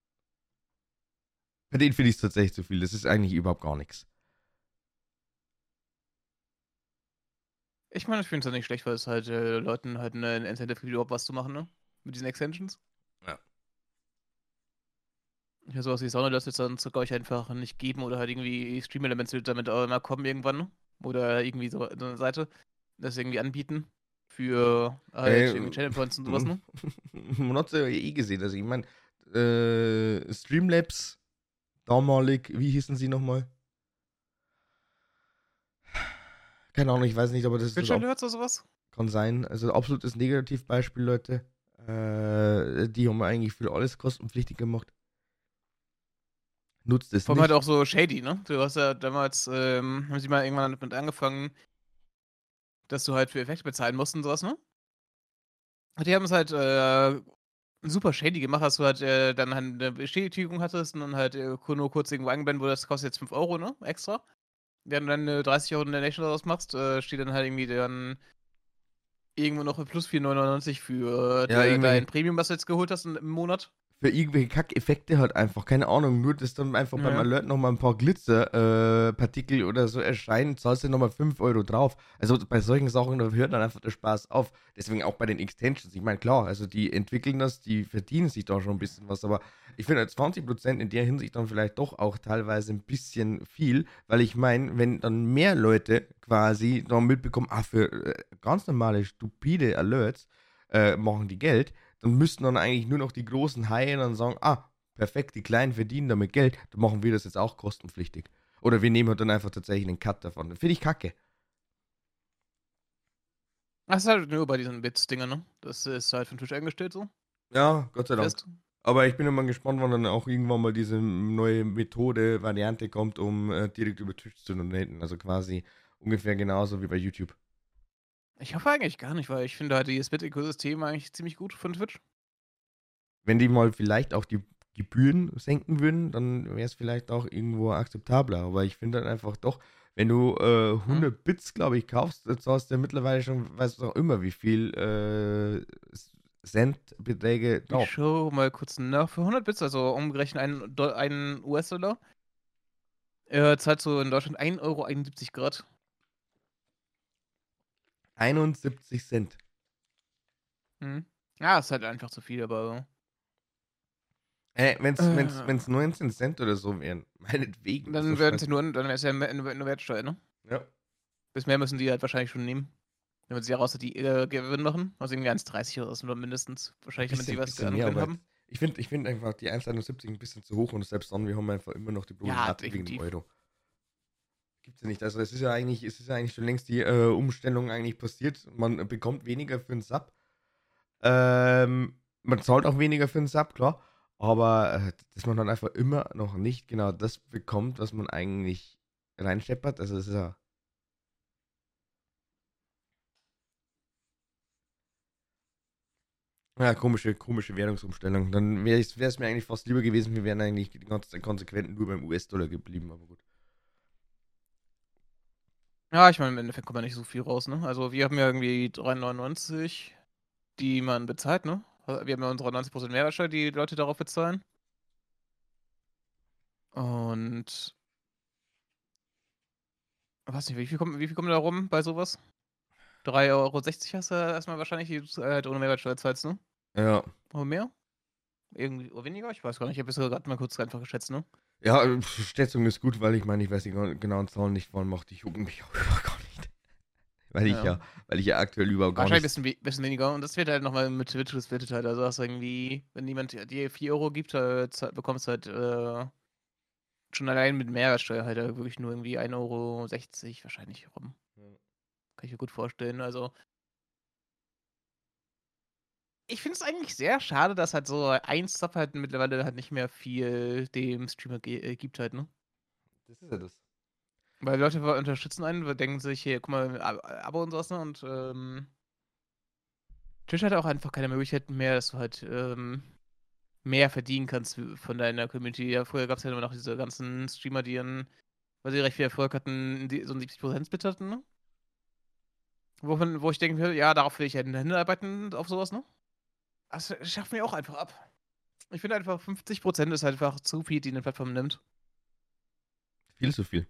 Bei denen finde ich es tatsächlich zu viel. Das ist eigentlich überhaupt gar nichts. ich meine, ich finde es ja nicht schlecht, weil es halt äh, Leuten halt ein Incentive gibt, überhaupt was zu machen, ne? Mit diesen Extensions. Ja. Ja, sowas wie Sonne, das jetzt dann sogar euch einfach nicht geben oder halt irgendwie Stream-Elemente damit auch immer kommen irgendwann, ne? Oder irgendwie so, so eine Seite, das irgendwie anbieten für halt Äh, irgendwie Channel Points und sowas, ne? man hat es ja eh gesehen. Also ich meine, äh, Streamlabs, damalig, wie hießen sie nochmal? Keine Ahnung, ich weiß nicht, aber das ist Twitch das ab, Alerts oder sowas? kann sein. Also absolutes Negativbeispiel, Leute. Äh, die haben eigentlich für alles kostenpflichtig gemacht. Nutzt es Vor allem halt nicht. auch so shady, ne? Du hast ja damals, ähm, haben sie mal irgendwann damit angefangen, dass du halt für Effekte bezahlen musst und sowas, ne? Die haben es halt äh, super shady gemacht, dass du halt äh, dann halt eine Bestätigung hattest und dann halt äh, nur kurz irgendwo eingeblendet wurde, das kostet jetzt fünf Euro, ne? Extra. Wenn du dann äh, dreißig Euro Donation daraus machst, äh, steht dann halt irgendwie dann irgendwo noch plus vier neunundneunzig für Ja, äh, dein irgendwelche Premium, was du jetzt geholt hast im Monat. für irgendwelche Kackeffekte halt einfach, keine Ahnung, nur dass dann einfach beim Ja. Alert nochmal ein paar Glitzerpartikel äh, Partikel oder so erscheinen, zahlst du nochmal fünf Euro drauf. Also bei solchen Sachen, da hört dann einfach der Spaß auf. Deswegen auch bei den Extensions. Ich meine, klar, also die entwickeln das, die verdienen sich da schon ein bisschen was, aber ich finde zwanzig Prozent in der Hinsicht dann vielleicht doch auch teilweise ein bisschen viel, weil ich meine, wenn dann mehr Leute quasi dann mitbekommen, ah, für äh, ganz normale, stupide Alerts äh, machen die Geld, dann müssten dann eigentlich nur noch die großen Haie dann sagen, ah, perfekt, die Kleinen verdienen damit Geld, dann machen wir das jetzt auch kostenpflichtig. Oder wir nehmen halt dann einfach tatsächlich einen Cut davon. Finde ich kacke. Das ist halt nur bei diesen Bits-Dingern, ne? Das ist halt von Twitch eingestellt so. Ja, Gott sei Dank. Fest. Aber ich bin immer gespannt, wann dann auch irgendwann mal diese neue Methode, Variante kommt, um äh, direkt über Twitch zu donaten. Also quasi ungefähr genauso wie bei YouTube. Ich hoffe eigentlich gar nicht, weil ich finde halt dieses Bit-Ökosystem eigentlich ziemlich gut von Twitch. Wenn die mal vielleicht auch die Gebühren senken würden, dann wäre es vielleicht auch irgendwo akzeptabler. Aber ich finde dann einfach doch, wenn du äh, Hm? hundert Bits, glaube ich, kaufst, dann zahlst du ja mittlerweile schon, weißt du auch immer, wie viel äh, Centbeträge Ich drauf. schaue mal kurz nach. Für hundert Bits, also umgerechnet einen, Do- einen U S-Dollar, äh, zahlst du in Deutschland ein Euro einundsiebzig Grad. einundsiebzig Cent. Hm. Ja, ist halt einfach zu viel, aber. Äh, wenn's, wenn's, Äh, wenn's neunzehn Cent oder so wären, meinetwegen, ist dann doch werden sie scheiße. nur, dann wäre es ja nur nur Wertsteuer, ne? Ja. Bis mehr müssen die halt wahrscheinlich schon nehmen. Damit sie daraus die äh, Gewinn machen. Also irgendwie eins Komma dreißig oder so, nur mindestens. Ein Wahrscheinlich, damit sie bisschen, was bisschen an mehr, Gewinn aber haben. ich finde ich find einfach die eins Komma einundsiebzig ein bisschen zu hoch und selbst dann, wir haben einfach immer noch die Ja, Problematik wegen dem definitiv. Euro. Gibt's ja nicht. Also es ist ja eigentlich, es ist ja eigentlich schon längst die äh, Umstellung eigentlich passiert. Man bekommt weniger für einen Sub. Ähm, man zahlt auch weniger für einen Sub, klar. Aber äh, dass man dann einfach immer noch nicht genau das bekommt, was man eigentlich reinscheppert. Also es ist ja. Ja, komische, komische Währungsumstellung. Dann wäre es mir eigentlich fast lieber gewesen, wir wären eigentlich die ganze Zeit konsequent nur beim U S-Dollar geblieben, aber gut. Ja, ich meine, im Endeffekt kommt ja nicht so viel raus, ne? Also wir haben ja irgendwie drei neunundneunzig, die man bezahlt, ne? Wir haben ja unsere neunzig Prozent Mehrwertsteuer, die Leute darauf bezahlen. Und weiß nicht, wie viel kommt, wie viel kommt da rum bei sowas? drei Euro sechzig hast du erstmal wahrscheinlich, die du halt ohne Mehrwertsteuer zahlst, ne? Ja. Oder mehr? Irgendwie oder weniger? Ich weiß gar nicht. Ich habe es gerade mal kurz einfach geschätzt, ne? Ja, äh, Schätzung ist gut, weil ich meine, ich weiß die gen- genauen Zahlen nicht, wann macht die jucken mich auch überhaupt gar nicht. Weil ich Ja. ja, weil ich ja aktuell überhaupt gar Wahrscheinlich nicht. ein bisschen, we- bisschen weniger. Und das wird halt nochmal mit Twitch gesplittet halt. Also hast du irgendwie, wenn jemand dir vier Euro gibt, äh, zahl- bekommst du halt äh, schon allein mit Mehrwertsteuer halt äh, wirklich nur irgendwie ein Euro sechzig wahrscheinlich rum. Kann ich mir gut vorstellen. Also ich finde es eigentlich sehr schade, dass halt so ein Sub halt mittlerweile halt nicht mehr viel dem Streamer ge- äh, gibt halt, ne? Das ist ja das. Weil Leute unterstützen einen, weil denken sich, hier, guck mal, Ab- Abo und sowas, ne? Und ähm, Twitch hat auch einfach keine Möglichkeiten mehr, dass du halt ähm, mehr verdienen kannst w- von deiner Community. Ja, früher gab es ja immer noch diese ganzen Streamer, die dann, weil sie recht viel Erfolg hatten, die so einen siebzig Prozent Split hatten, ne? Wovon, wo ich denke, ja, darauf will ich ja hinarbeiten, auf sowas, ne? Das schaffen wir auch einfach ab. Ich finde einfach, fünfzig Prozent ist halt einfach zu viel, die eine Plattform nimmt. Viel zu viel.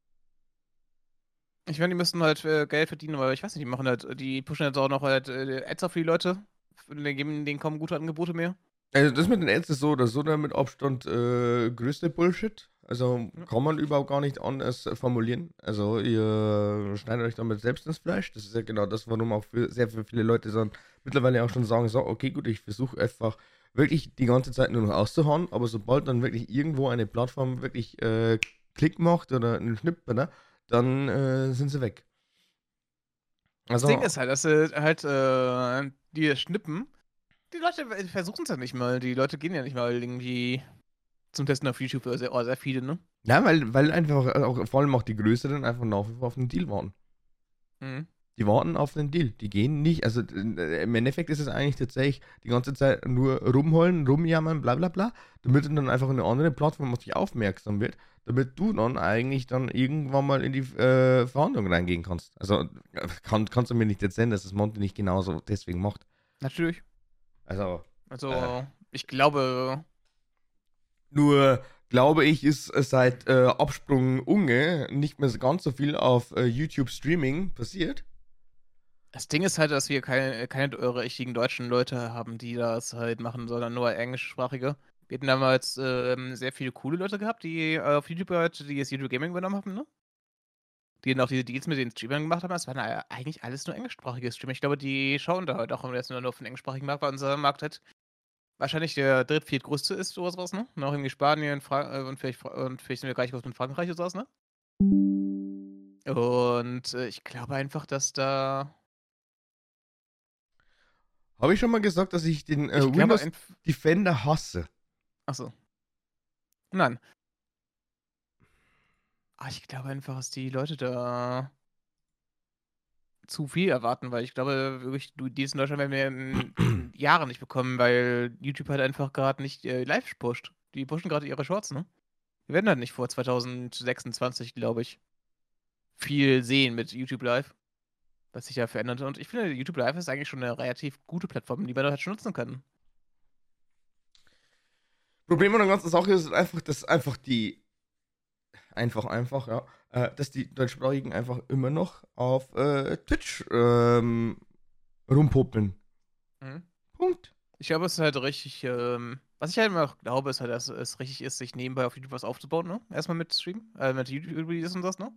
Ich meine, die müssen halt äh, Geld verdienen, aber ich weiß nicht, die machen halt, die pushen jetzt auch noch halt äh, Ads auf die Leute. Die geben denen kaum gute Angebote mehr. Also das mit den Ads ist so oder so der mit Abstand äh, größte Bullshit. Also Ja. kann man überhaupt gar nicht anders formulieren. Also ihr schneidet euch damit selbst ins Fleisch. Das ist ja genau das, warum auch für sehr für viele Leute dann mittlerweile auch schon sagen, so, okay, gut, ich versuche einfach wirklich die ganze Zeit nur noch auszuhauen, aber sobald dann wirklich irgendwo eine Plattform wirklich äh, Klick macht oder einen Schnipp, ne, dann äh, sind sie weg. Das Ding Also ist halt, dass sie halt äh, die schnippen. Die Leute versuchen es ja nicht mal. Die Leute gehen ja nicht mal irgendwie zum Testen auf YouTube oder sehr, oder sehr viele, ne? ja, weil, weil einfach auch, vor allem auch die Größeren einfach nach wie vor auf einen Deal warten. Mhm. Die warten auf den Deal. Die gehen nicht, also äh, im Endeffekt ist es eigentlich tatsächlich die ganze Zeit nur rumheulen, rumjammern, bla bla bla, damit dann einfach eine andere Plattform auf dich aufmerksam wird, damit du dann eigentlich dann irgendwann mal in die äh, Verhandlung reingehen kannst. Also äh, kann, kannst du mir nicht erzählen, dass das Monte nicht genauso deswegen macht. Natürlich. Also, äh, Also, ich glaube, nur glaube ich, ist äh, seit äh, Absprung Unge nicht mehr so ganz so viel auf äh, YouTube Streaming passiert. das Ding ist halt, dass wir keine, keine eure richtigen deutschen Leute haben, die das halt machen, sondern nur englischsprachige. Wir hatten damals ähm, sehr viele coole Leute gehabt, die äh, auf YouTube halt, die das YouTube Gaming übernommen haben, ne? Die dann auch diese Deals mit den Streamern gemacht haben. Das waren äh, eigentlich alles nur englischsprachige Streamer. Ich glaube, die schauen da halt auch, wenn das nur auf den englischsprachigen Markt, weil unser Markt halt wahrscheinlich der dritt-, viertgrößte ist oder sowas, ne? Noch irgendwie Spanien Fra äh, und, vielleicht, Fra- und vielleicht sind wir gleich auf mit Frankreich oder sowas, ne? Und äh, ich glaube einfach, dass da. Habe ich schon mal gesagt, dass ich den Ich äh, glaube Windows einfach. Defender hasse? Achso. Nein. Ah, ich glaube einfach, dass die Leute da zu viel erwarten, weil ich glaube, wirklich, du, die in Deutschland werden wir in, in Jahren nicht bekommen, weil YouTube halt einfach gerade nicht äh, live pusht. Die pushen gerade ihre Shorts, ne? Wir werden halt nicht vor zwanzig sechsundzwanzig, glaube ich, viel sehen mit YouTube Live, was sich ja verändert. Und ich finde, YouTube Live ist eigentlich schon eine relativ gute Plattform, die man halt schon nutzen kann. Problem an der ganzen Sache ist einfach, dass einfach die, einfach, einfach, ja, äh, dass die Deutschsprachigen einfach immer noch auf äh, Twitch ähm, rumpuppeln. Mhm. Punkt. Ich glaube, es ist halt richtig, ähm, was ich halt immer auch glaube, ist halt, dass es richtig ist, sich nebenbei auf YouTube was aufzubauen, ne? Erstmal mit Stream, äh, mit YouTube-Videos und das, ne?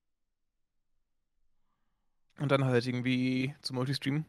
Und dann halt irgendwie zu Multistreamen.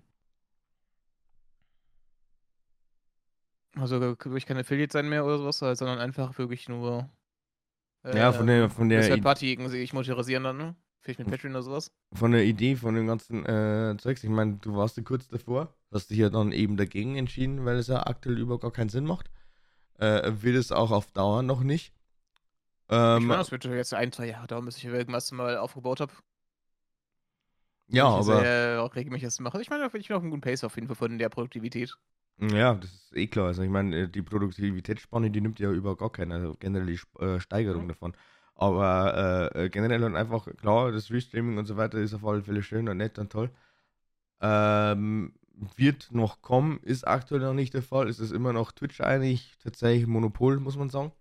Also will ich kein Affiliate sein mehr oder sowas, halt, sondern einfach wirklich nur Ja, von der, ähm, von eine der, Third I- Party irgendwie ich motorisieren dann, ne? Vielleicht mit Patreon oder sowas. von der Idee, von dem ganzen äh, Zeugs. Ich meine, du warst ja kurz davor, hast dich ja dann eben dagegen entschieden, weil es ja aktuell überhaupt gar keinen Sinn macht. Äh, will es auch auf Dauer noch nicht. Ich Ähm, meine, das wird jetzt ein, zwei Jahre dauern, bis ich irgendwas mal aufgebaut habe. ja, Wo ich aber sehr auch regelmäßig das mache. Ich meine, ich bin auf einem guten Pace auf jeden Fall von der Produktivität. ja, das ist eh klar. Also ich meine, äh, die Produktivitätsspanne, die nimmt ja über gar keiner, also generell die Sp- äh, Steigerung Hm? davon. Aber äh, äh, generell dann einfach, klar, das Restreaming und so weiter ist auf alle Fälle schön und nett und toll. Ähm, wird noch kommen, ist aktuell noch nicht der Fall. Es ist immer noch Twitch eigentlich tatsächlich Monopol, muss man sagen.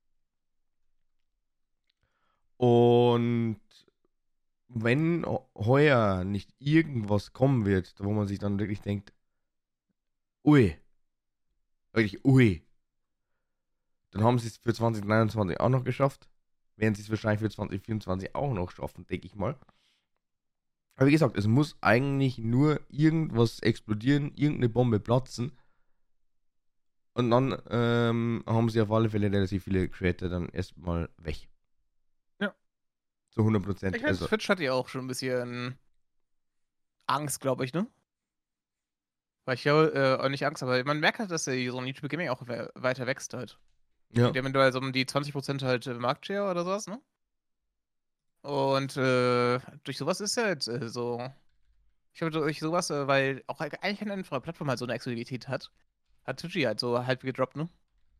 Und wenn heuer nicht irgendwas kommen wird, wo man sich dann wirklich denkt, ui, wirklich ui, dann haben sie es für zwanzig dreiundzwanzig auch noch geschafft. Werden sie es wahrscheinlich für zwanzig vierundzwanzig auch noch schaffen, denke ich mal. Aber wie gesagt, es muss eigentlich nur irgendwas explodieren, irgendeine Bombe platzen. Und dann ähm, haben sie auf alle Fälle relativ viele Creator dann erstmal weg. Ja. Zu hundert Ich Prozent. meine, Also, Twitch hat ja auch schon ein bisschen Angst, glaube ich, ne? Weil ich glaube, äh, auch nicht Angst, aber man merkt halt, dass der, so ein YouTube Gaming auch we weiter wächst halt. ja. Die haben mittlerweile so um die zwanzig Prozent halt äh, Marktshare oder sowas, ne? Und äh, durch sowas ist halt äh, so. Ich glaube, durch sowas, äh, weil auch eigentlich keine andere Plattform halt so eine Exklusivität hat, hat Twitch halt so halb gedroppt, ne?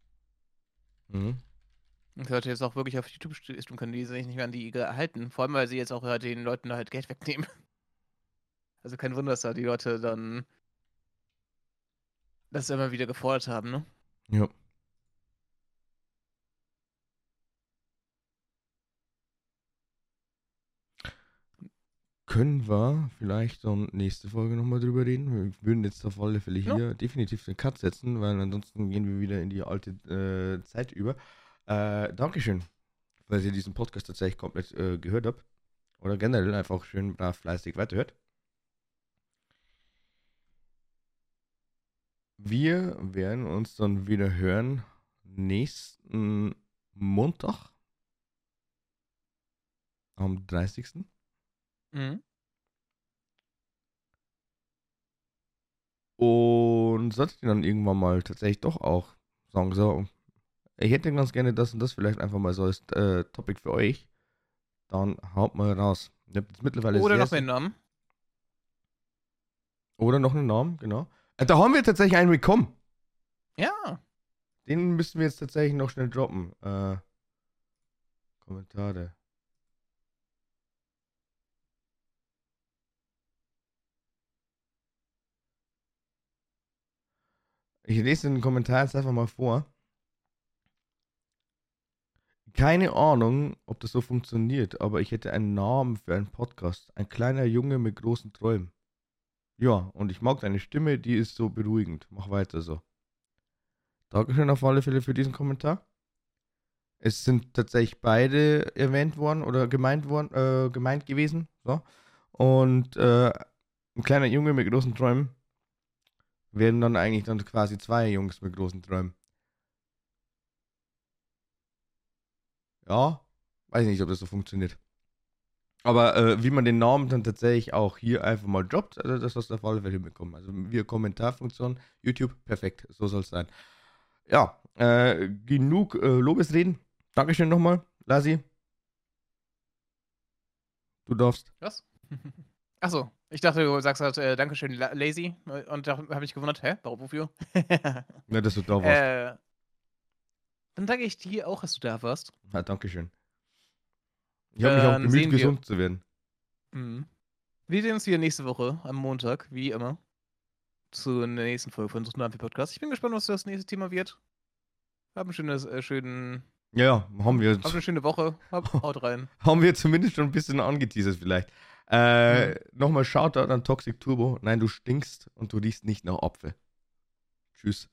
Mhm. Und Leute jetzt auch wirklich auf YouTube streamen können, die sich nicht mehr an die halten. Vor allem, weil sie jetzt auch ja, den Leuten da halt Geld wegnehmen. Also kein Wunder, dass da die Leute dann das immer wieder gefordert haben, ne? Ja. Können wir vielleicht dann nächste Folge nochmal drüber reden? Wir würden jetzt auf alle Fälle hier Ja. definitiv den Cut setzen, weil ansonsten gehen wir wieder in die alte äh, Zeit über. Äh, Dankeschön, weil ihr diesen Podcast tatsächlich komplett äh, gehört habt. Oder generell einfach schön brav fleißig weiterhört. Wir werden uns dann wieder hören nächsten Montag am dreißigsten Mhm. Und solltet ihr dann irgendwann mal tatsächlich doch auch sagen, so, ich hätte ganz gerne das und das vielleicht einfach mal so als äh, Topic für euch, dann haut mal raus. Ihr habt jetzt mittlerweile Oder sehr, noch mehr sehr... Namen. Oder noch einen Namen, genau. Äh, da haben wir tatsächlich einen bekommen. Ja. Den müssen wir jetzt tatsächlich noch schnell droppen. Äh, Kommentare. Ich lese den Kommentar jetzt einfach mal vor. Keine Ahnung, ob das so funktioniert, aber ich hätte einen Namen für einen Podcast. Ein kleiner Junge mit großen Träumen. Ja, und ich mag deine Stimme, die ist so beruhigend. Mach weiter so. Dankeschön auf alle Fälle für diesen Kommentar. Es sind tatsächlich beide erwähnt worden oder gemeint worden, äh, gemeint gewesen. So. Und äh, ein kleiner Junge mit großen Träumen werden dann eigentlich dann quasi zwei Jungs mit großen Träumen. Ja, weiß nicht, ob das so funktioniert. Aber äh, wie man den Namen dann tatsächlich auch hier einfach mal droppt, also das hast du auf alle Fälle hinbekommen. Also wir Kommentarfunktion, YouTube, perfekt, so soll es sein. Ja, äh, genug äh, Lobesreden. Dankeschön nochmal, Lasi. Du darfst. Was? Achso, ich dachte, du sagst halt, äh, Dankeschön, La Lazy. Und da habe ich gewundert, hä? Warum, wofür? Ja, dass du da warst. äh, dann danke ich dir auch, dass du da warst. Ja, Dankeschön. Ich habe mich auch Dann bemüht, sehen wir. gesund zu werden. Mhm. Wir sehen uns wieder nächste Woche am Montag, wie immer, zur nächsten Folge von unserem Podcast. Ich bin gespannt, was das nächste Thema wird. Hab einen schönes, äh, schönen. Ja, ja, haben wir, Hab eine schöne Woche. Hab, haut rein. haben wir zumindest schon ein bisschen angeteasert vielleicht. Äh, Mhm. Nochmal Shoutout an Toxic Turbo. Nein, du stinkst und du riechst nicht nach Apfel. Tschüss.